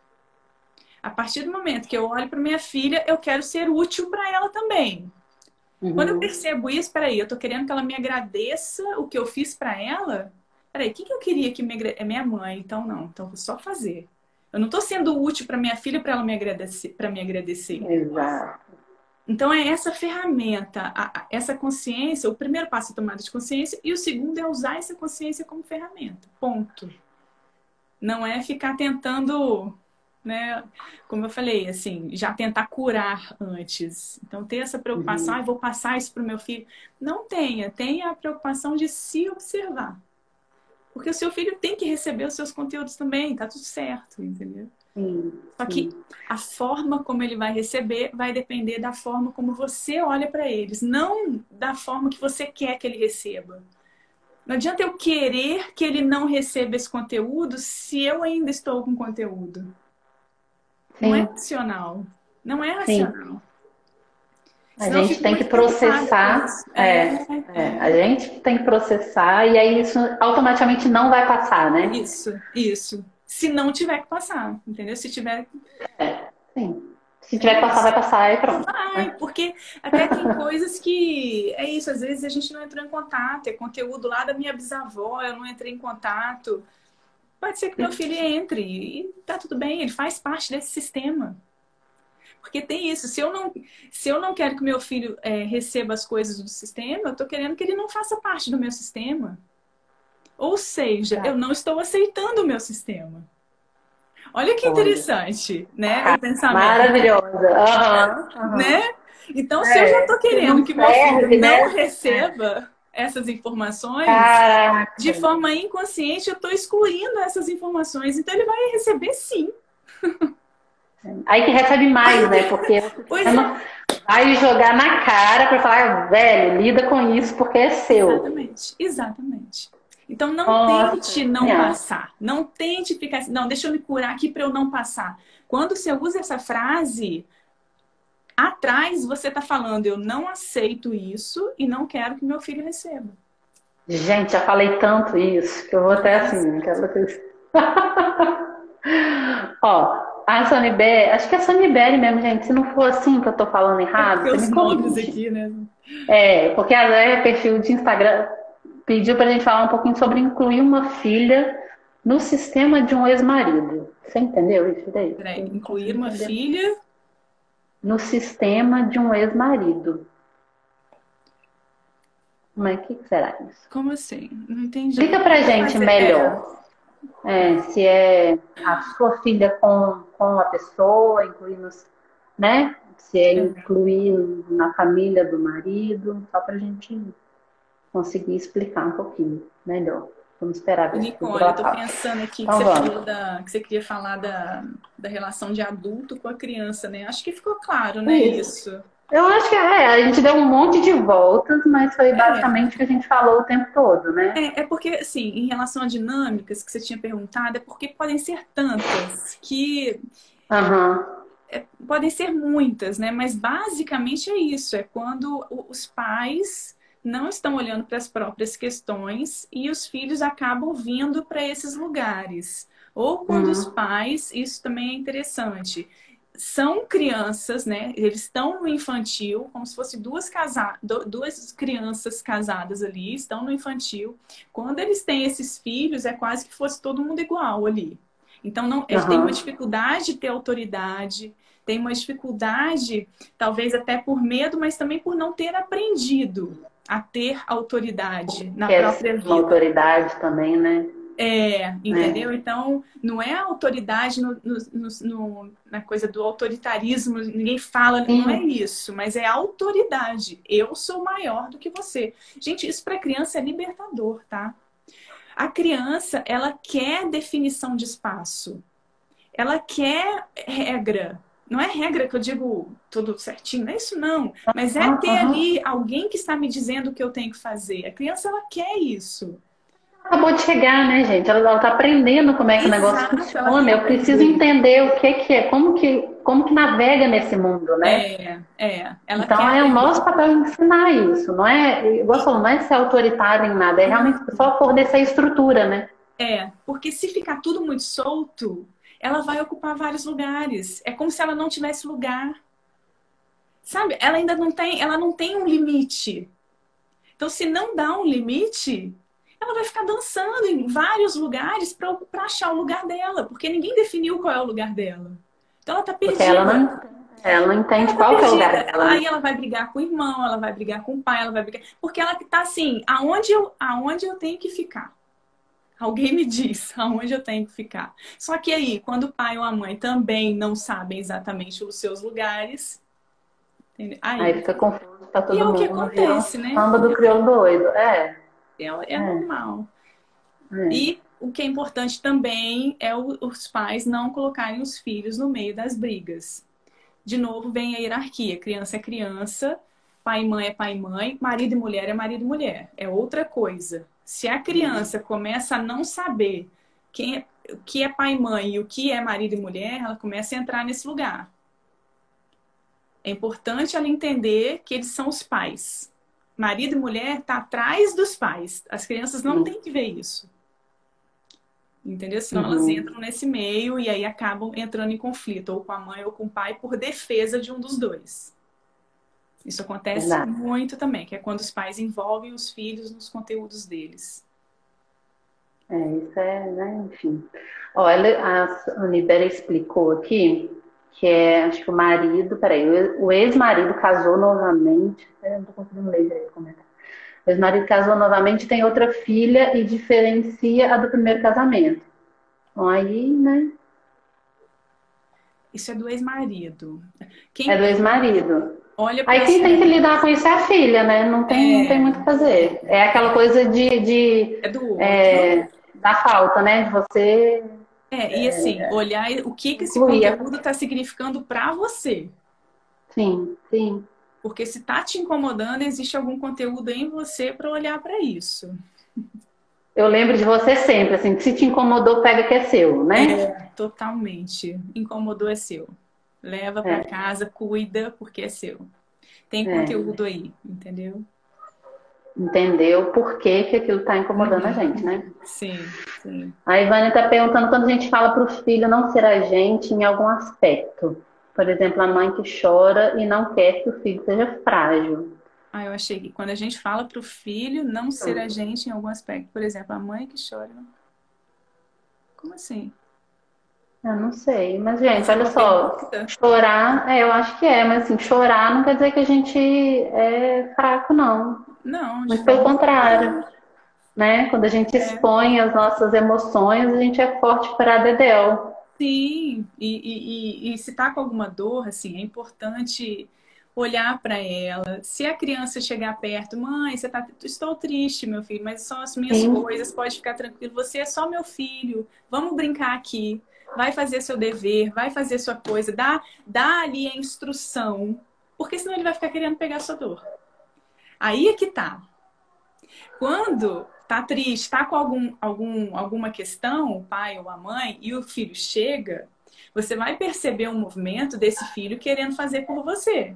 A partir do momento que eu olho para minha filha, eu quero ser útil para ela também. Quando eu percebo isso, peraí, eu tô querendo que ela me agradeça o que eu fiz para ela. Peraí, o que eu queria que é minha mãe? Então, não. Então, vou só fazer. Eu não estou sendo útil para minha filha para ela me agradecer. Exato. Então, é essa ferramenta, essa consciência. O primeiro passo é a tomada de consciência e o segundo é usar essa consciência como ferramenta. Ponto. Não é ficar tentando, né? Como eu falei, assim, já tentar curar antes. Então, ter essa preocupação, vou passar isso para o meu filho. Não tenha. Tenha a preocupação de se observar. Porque o seu filho tem que receber os seus conteúdos também, tá tudo certo, entendeu? Só que a forma como ele vai receber vai depender da forma como você olha para eles, não da forma que você quer que ele receba. Não adianta eu querer que ele não receba esse conteúdo se eu ainda estou com conteúdo. Não é racional. Não é racional. A gente tem que processar, a gente tem que processar e aí isso automaticamente não vai passar, né? Isso. Se não tiver que passar, entendeu? Se tiver... Sim. Se tiver que passar, vai passar e pronto. Porque até tem coisas que... É isso, às vezes a gente não entrou em contato, é conteúdo lá da minha bisavó, eu não entrei em contato. Pode ser que meu filho entre e tá tudo bem, ele faz parte desse sistema. Porque tem isso, se eu não quero que meu filho receba as coisas do sistema, eu tô querendo que ele não faça parte do meu sistema. Ou seja, eu não estou aceitando o meu sistema. Olha que interessante, né? O pensamento. Maravilhoso. Né? Então, se eu já tô querendo que meu filho não receba essas informações, de forma inconsciente, eu tô excluindo essas informações. Então, ele vai receber sim. Aí que recebe mais, né? Porque vai jogar na cara para falar, velho, lida com isso porque é seu. Exatamente. Então não tente não passar. Não tente ficar assim, não, deixa eu me curar aqui para eu não passar. Quando você usa essa frase, atrás você tá falando, eu não aceito isso e não quero que meu filho receba. Gente, já falei tanto isso que eu vou até assim, Ó, a Sonibere, acho que é a Sonibere mesmo, gente. Se não for assim que eu tô falando errado, você me corrige. Aqui, né? Porque a Zé, perfil de Instagram, pediu pra gente falar um pouquinho sobre incluir uma filha no sistema de um ex-marido. Você entendeu isso daí? Peraí, incluir uma filha no sistema de um ex-marido. Como é que será isso? Como assim? Não entendi. Explica pra gente Mas melhor. Se é a sua filha com a pessoa, incluindo, né? Se é incluir na família do marido, só pra gente conseguir explicar um pouquinho melhor. Vamos esperar ver se tudo Nicole, eu tô lá. pensando aqui que Então você vamos. falou que você queria falar da relação de adulto com a criança, né? Acho que ficou claro, né, Isso. isso? Eu acho que a gente deu um monte de voltas, mas foi basicamente o que a gente falou o tempo todo, né? É porque, assim, em relação a dinâmicas que você tinha perguntado, é porque podem ser tantas que Aham. podem ser muitas, né? Mas basicamente é isso, é quando os pais não estão olhando para as próprias questões e os filhos acabam vindo para esses lugares. Ou quando os pais, isso também é interessante, são crianças, né? Eles estão no infantil, como se fossem duas crianças casadas ali, estão no infantil. Quando eles têm esses filhos, é quase que fosse todo mundo igual ali. Então, não, ele tem uma dificuldade de ter autoridade, tem uma dificuldade, talvez até por medo, mas também por não ter aprendido a ter autoridade na própria vida. Uma autoridade também, né? Entendeu? Então, não é a autoridade na coisa do autoritarismo, ninguém fala, não é isso, mas é a autoridade. Eu sou maior do que você. Gente, isso para criança é libertador, tá? A criança, ela quer definição de espaço. Ela quer regra. Não é regra que eu digo tudo certinho, não é isso não. Mas é ter ali alguém que está me dizendo o que eu tenho que fazer. A criança, ela quer isso. Acabou de chegar, né, gente? Ela está aprendendo como é que o negócio funciona. Eu preciso entender o que é, como que navega nesse mundo, né? Ela então quer o nosso papel ensinar isso, não é? Igual você falou, não é ser autoritário em nada, é realmente só fornecer estrutura, né? Porque se ficar tudo muito solto, ela vai ocupar vários lugares. É como se ela não tivesse lugar. Sabe? Ela ainda não tem um limite. Então, se não dá um limite, ela vai ficar dançando em vários lugares para achar o lugar dela, porque ninguém definiu qual é o lugar dela. Então, ela tá perdida. Porque ela não entende qual é o lugar dela. Aí ela vai brigar com o irmão, ela vai brigar com o pai, ela vai brigar. Porque ela tá assim, aonde eu tenho que ficar? Alguém me diz aonde eu tenho que ficar. Só que aí, quando o pai ou a mãe também não sabem exatamente os seus lugares, aí fica confuso, tá todo mundo. E é o que acontece, né? Samba do crioulo doido. É normal. E o que é importante também é os pais não colocarem os filhos no meio das brigas. De novo, vem a hierarquia. Criança é criança, pai e mãe é pai e mãe, marido e mulher é marido e mulher. É outra coisa. Se a criança começa a não saber o que é pai e mãe e o que é marido e mulher, ela começa a entrar nesse lugar. É importante ela entender que eles são os pais. Marido e mulher tá atrás dos pais. As crianças não têm que ver isso. Entendeu? Senão elas entram nesse meio e aí acabam entrando em conflito, ou com a mãe ou com o pai, por defesa de um dos dois. Isso acontece muito também, que é quando os pais envolvem os filhos nos conteúdos deles. Isso né? Enfim. A Libera explicou aqui que acho que o marido, o ex-marido casou novamente. Não tô conseguindo ler aí o comentário. O ex-marido casou novamente, tem outra filha e diferencia a do primeiro casamento. Então aí, né? Isso é do ex-marido. É do ex-marido. Aí quem tem que lidar com isso é a filha, né? Não tem muito o que fazer. É aquela coisa da falta, né? De você... e assim, olhar o que esse conteúdo está significando para você. Sim. Porque se tá te incomodando, existe algum conteúdo em você para olhar para isso. Eu lembro de você sempre, assim, que se te incomodou, pega que é seu, né? Totalmente. Incomodou é seu. Leva para casa, cuida, porque é seu. Tem conteúdo aí, entendeu? Entendeu por que aquilo tá incomodando a gente, né? Sim. A Ivânia tá perguntando quando a gente fala pro filho não ser a gente em algum aspecto. Por exemplo, a mãe que chora e não quer que o filho seja frágil. Eu achei que quando a gente fala pro filho não ser a gente em algum aspecto. Por exemplo, a mãe que chora. Como assim? Eu não sei, mas gente, olha só, chorar, eu acho que mas assim, chorar não quer dizer que a gente é fraco, não. Não, de Mas pelo forma contrário, né? Quando a gente expõe as nossas emoções, a gente é forte para dedéu. sim, e se tá com alguma dor, assim, é importante olhar para ela. Se a criança chegar perto, mãe, estou triste, meu filho, mas são as minhas Sim, coisas, pode ficar tranquilo, você é só meu filho, vamos brincar aqui, vai fazer seu dever, vai fazer sua coisa, dá ali a instrução, porque senão ele vai ficar querendo pegar sua dor. Aí é que tá. Quando tá triste, tá com alguma questão, o pai ou a mãe, e o filho chega, você vai perceber um movimento desse filho querendo fazer por você.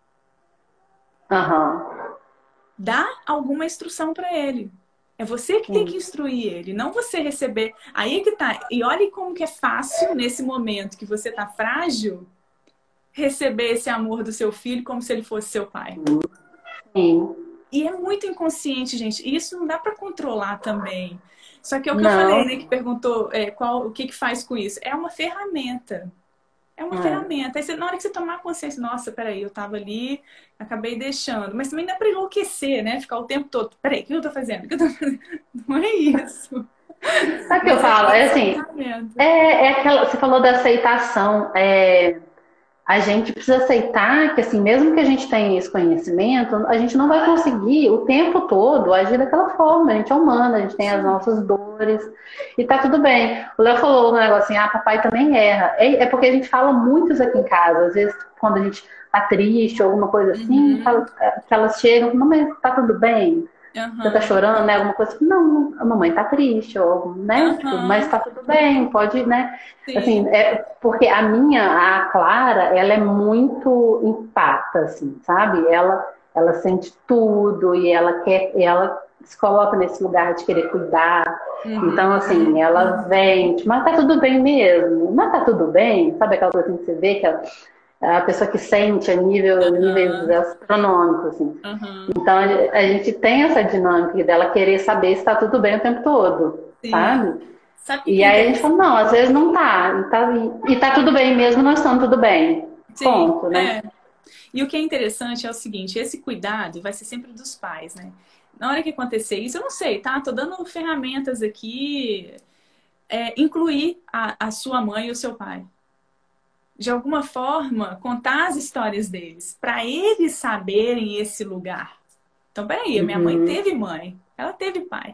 aham, Dá alguma instrução para ele. É você que tem que sim. instruir ele, não você receber. Aí é que tá. E olhe como que é fácil nesse momento que você tá frágil receber esse amor do seu filho como se ele fosse seu pai. Sim. E é muito inconsciente, gente. E isso não dá para controlar também. Só que é o que eu falei, né? Não. Que perguntou o que faz com isso. É uma ferramenta. É uma É. ferramenta. Aí você, na hora que você tomar consciência, nossa, peraí, eu tava ali, acabei deixando. Mas também não é pra enlouquecer, né? Ficar o tempo todo, peraí, o que eu tô fazendo? O que eu tô fazendo? Não é isso. Sabe o que eu Mas falo? É essa assim, ferramenta. é aquela, você falou da aceitação. A gente precisa aceitar que, assim, mesmo que a gente tenha esse conhecimento, a gente não vai conseguir o tempo todo agir daquela forma. A gente é humana, a gente tem as Sim. nossas dores e tá tudo bem. O Léo falou um negócio assim, papai também erra. É porque a gente fala muito isso aqui em casa. Às vezes, quando a gente tá triste ou alguma coisa assim, Uhum. que elas chegam, mamãe, tá tudo bem? Você tá Aham. chorando, né? Alguma coisa assim, não, a mamãe tá triste, ou, né? Tipo, mas Aham. tá tudo bem, pode, né? Assim, Sim. porque a Clara, ela é muito empata, assim, sabe? Ela sente tudo e ela se coloca nesse lugar de querer cuidar. Então, Uhum. assim, ela vem, tipo, mas tá tudo bem mesmo, mas tá tudo bem, sabe aquela coisa assim que você vê que a pessoa que sente a níveis Aham. astronômicos, assim. Aham. Então a gente tem essa dinâmica dela querer saber se está tudo bem o tempo todo, Sim. sabe? Sabe o que E que é aí a gente fala, interessante? não, às vezes não tá, e tá tudo bem mesmo, nós estamos tudo bem. Sim. Ponto, né? E o que é interessante é o seguinte, esse cuidado vai ser sempre dos pais, né? Na hora que acontecer isso, eu não sei, tá? Tô dando ferramentas aqui, incluir a sua mãe e o seu pai. De alguma forma, contar as histórias deles, para eles saberem esse lugar. Então, peraí, a minha mãe Uhum, teve mãe, ela teve pai.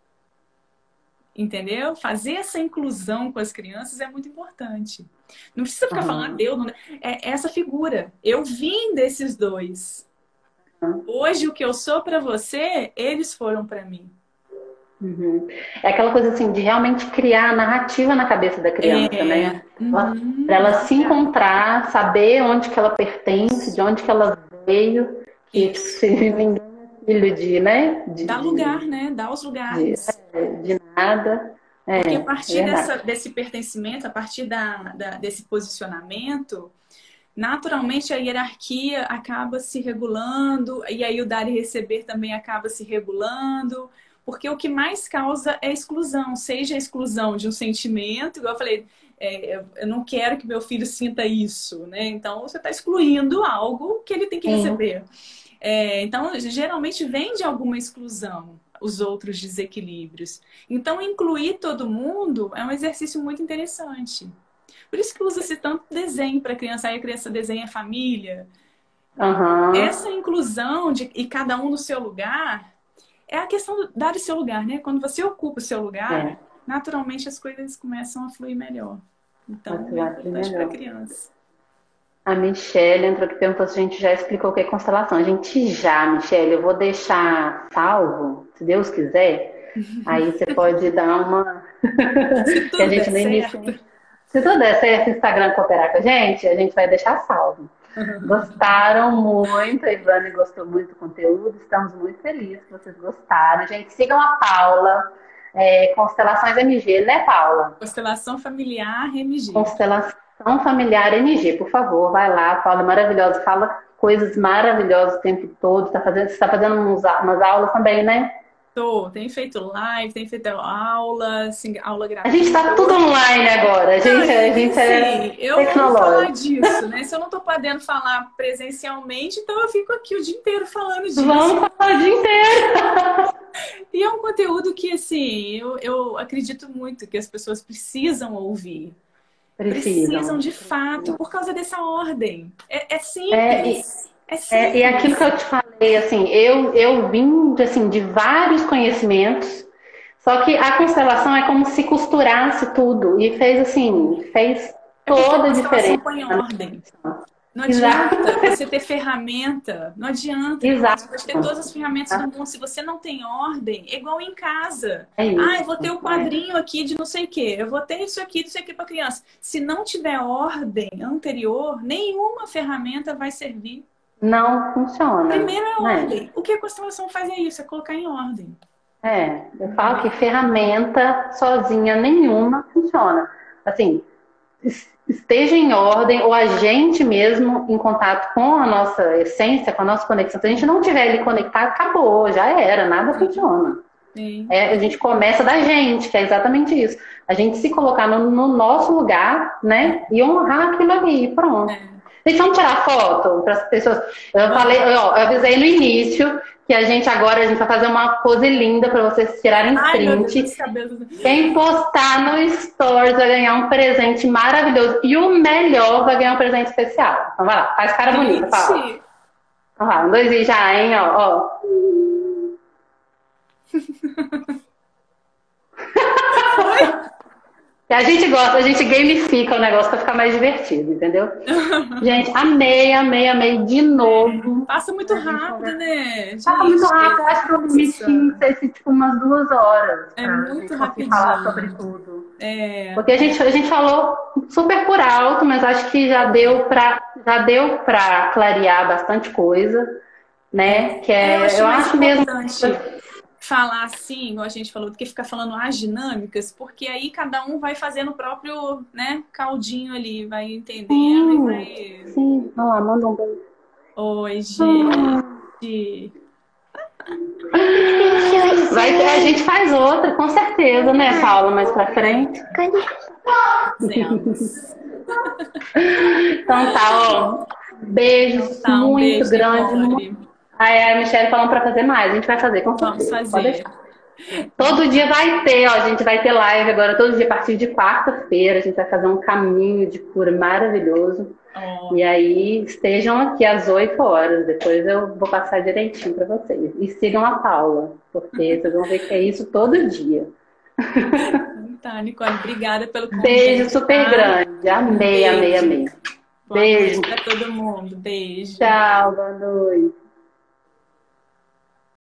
Entendeu? Fazer essa inclusão com as crianças é muito importante. Não precisa ficar falando, uhum, Deus, não... é essa figura. Eu vim desses dois. Hoje, o que eu sou para você, eles foram para mim. uhum. É aquela coisa assim de realmente criar a narrativa na cabeça da criança, né? Para ela Dá se lugar. encontrar, saber onde que ela pertence, de onde que ela veio, que tipo, Isso. se ninguém é filho de, né? Dá lugar, né? Dá os De, lugares. de nada. Porque a É partir verdade. desse pertencimento, a partir desse posicionamento, naturalmente a hierarquia acaba se regulando, e aí o dar e receber também acaba se regulando, porque o que mais causa é exclusão, seja a exclusão de um sentimento, igual eu falei, eu não quero que meu filho sinta isso, né? Então você está excluindo algo que ele tem que Sim. receber. Então, geralmente vem de alguma exclusão os outros desequilíbrios. Então, incluir todo mundo é um exercício muito interessante. Por isso que usa-se tanto desenho para a criança, aí a criança desenha a família. Aham. Essa inclusão e cada um no seu lugar é a questão do dar o seu lugar, né? Quando você ocupa o seu lugar, É. naturalmente as coisas começam a fluir melhor. Você Então, é vai ter importante para a melhor. criança. A Michelle entrou aqui e perguntou se a gente já explicou o que é constelação. A gente já, Michelle, eu vou deixar salvo, se Deus quiser. Aí você pode dar uma. Se Que a tudo der gente no início. certo. Se tudo der certo, o Instagram cooperar com a gente vai deixar salvo. Gostaram muito, a Ivane gostou muito do conteúdo, estamos muito felizes que vocês gostaram. Gente, sigam a Paula, Constelações MG, né, Paula? Constelação familiar MG. Constelação Familiar MG, por favor, vai lá, a Paula é maravilhosa, fala coisas maravilhosas o tempo todo, você está fazendo umas aulas também, né? Tenho feito live, tenho feito aula, assim, aula A gratuita. gente tá tudo online agora. A gente Sim, é eu vou falar tecnológico. disso, né? Se eu não tô podendo falar presencialmente, então eu fico aqui o dia inteiro falando disso. Vamos falar o dia inteiro. E é um conteúdo que, assim, eu acredito muito que as pessoas precisam ouvir. Precisam de fato, por causa dessa ordem. É simples. É simples. E aquilo que eu te falei, assim, eu vim assim, de vários conhecimentos, só que a constelação é como se costurasse tudo e fez toda a diferença. Põe em ordem. Não adianta você ter ferramenta, não adianta. Exato. Você pode ter todas as ferramentas do mundo. Se você não tem ordem, é igual em casa. Eu vou ter o quadrinho aqui de não sei o quê. Eu vou ter isso aqui para criança. Se não tiver ordem anterior, nenhuma ferramenta vai servir. Não funciona. Primeiro é ordem. O que a constelação faz é isso, é colocar em ordem. Eu falo que ferramenta sozinha nenhuma funciona. Assim, esteja em ordem, ou a gente mesmo em contato com a nossa essência, com a nossa conexão. Se a gente não tiver ali conectado, acabou, já era, nada funciona. A gente começa da gente, que é exatamente isso. A gente se colocar no nosso lugar, né? E honrar aquilo ali, pronto. Gente, vamos tirar foto para as pessoas. Eu avisei no início que a gente vai fazer uma pose linda para vocês tirarem print. Quem postar no Stories vai ganhar um presente maravilhoso. E o melhor vai ganhar um presente especial. Então vai lá, faz cara bonita, fala. Então vai, 1, 2 e já, hein, ó. E a gente gosta, a gente gamifica o negócio pra ficar mais divertido, entendeu? Gente, amei de novo. Passa muito rápido, né? Passa muito rápido, acho que o limite tinha que ser tipo umas 2 horas. É muito rapidinho. Falar sobre tudo. Porque a gente falou super por alto, mas acho que já deu pra clarear bastante coisa, né? Que eu acho mesmo falar assim, igual a gente falou, do que ficar falando as dinâmicas, porque aí cada um vai fazendo o próprio, né, caldinho ali, vai entendendo e vai... Sim, vamos lá, manda um beijo. Oi, gente. A gente faz outra, com certeza, né, Paula, mais pra frente. Então tá, ó. Beijos muito grandes. A Michelle falando pra fazer mais. A gente vai fazer, com certeza. Vamos fazer. Todo dia vai ter, ó. A gente vai ter live agora, todo dia, a partir de quarta-feira. A gente vai fazer um caminho de cura maravilhoso. E aí, estejam aqui às 8 horas. Depois eu vou passar direitinho pra vocês. E sigam a Paula, porque vocês vão ver que é isso todo dia. Tá, Nicole, obrigada pelo convite. Beijo super grande. Amei. Beijo. Beijo pra todo mundo. Beijo. Tchau, boa noite.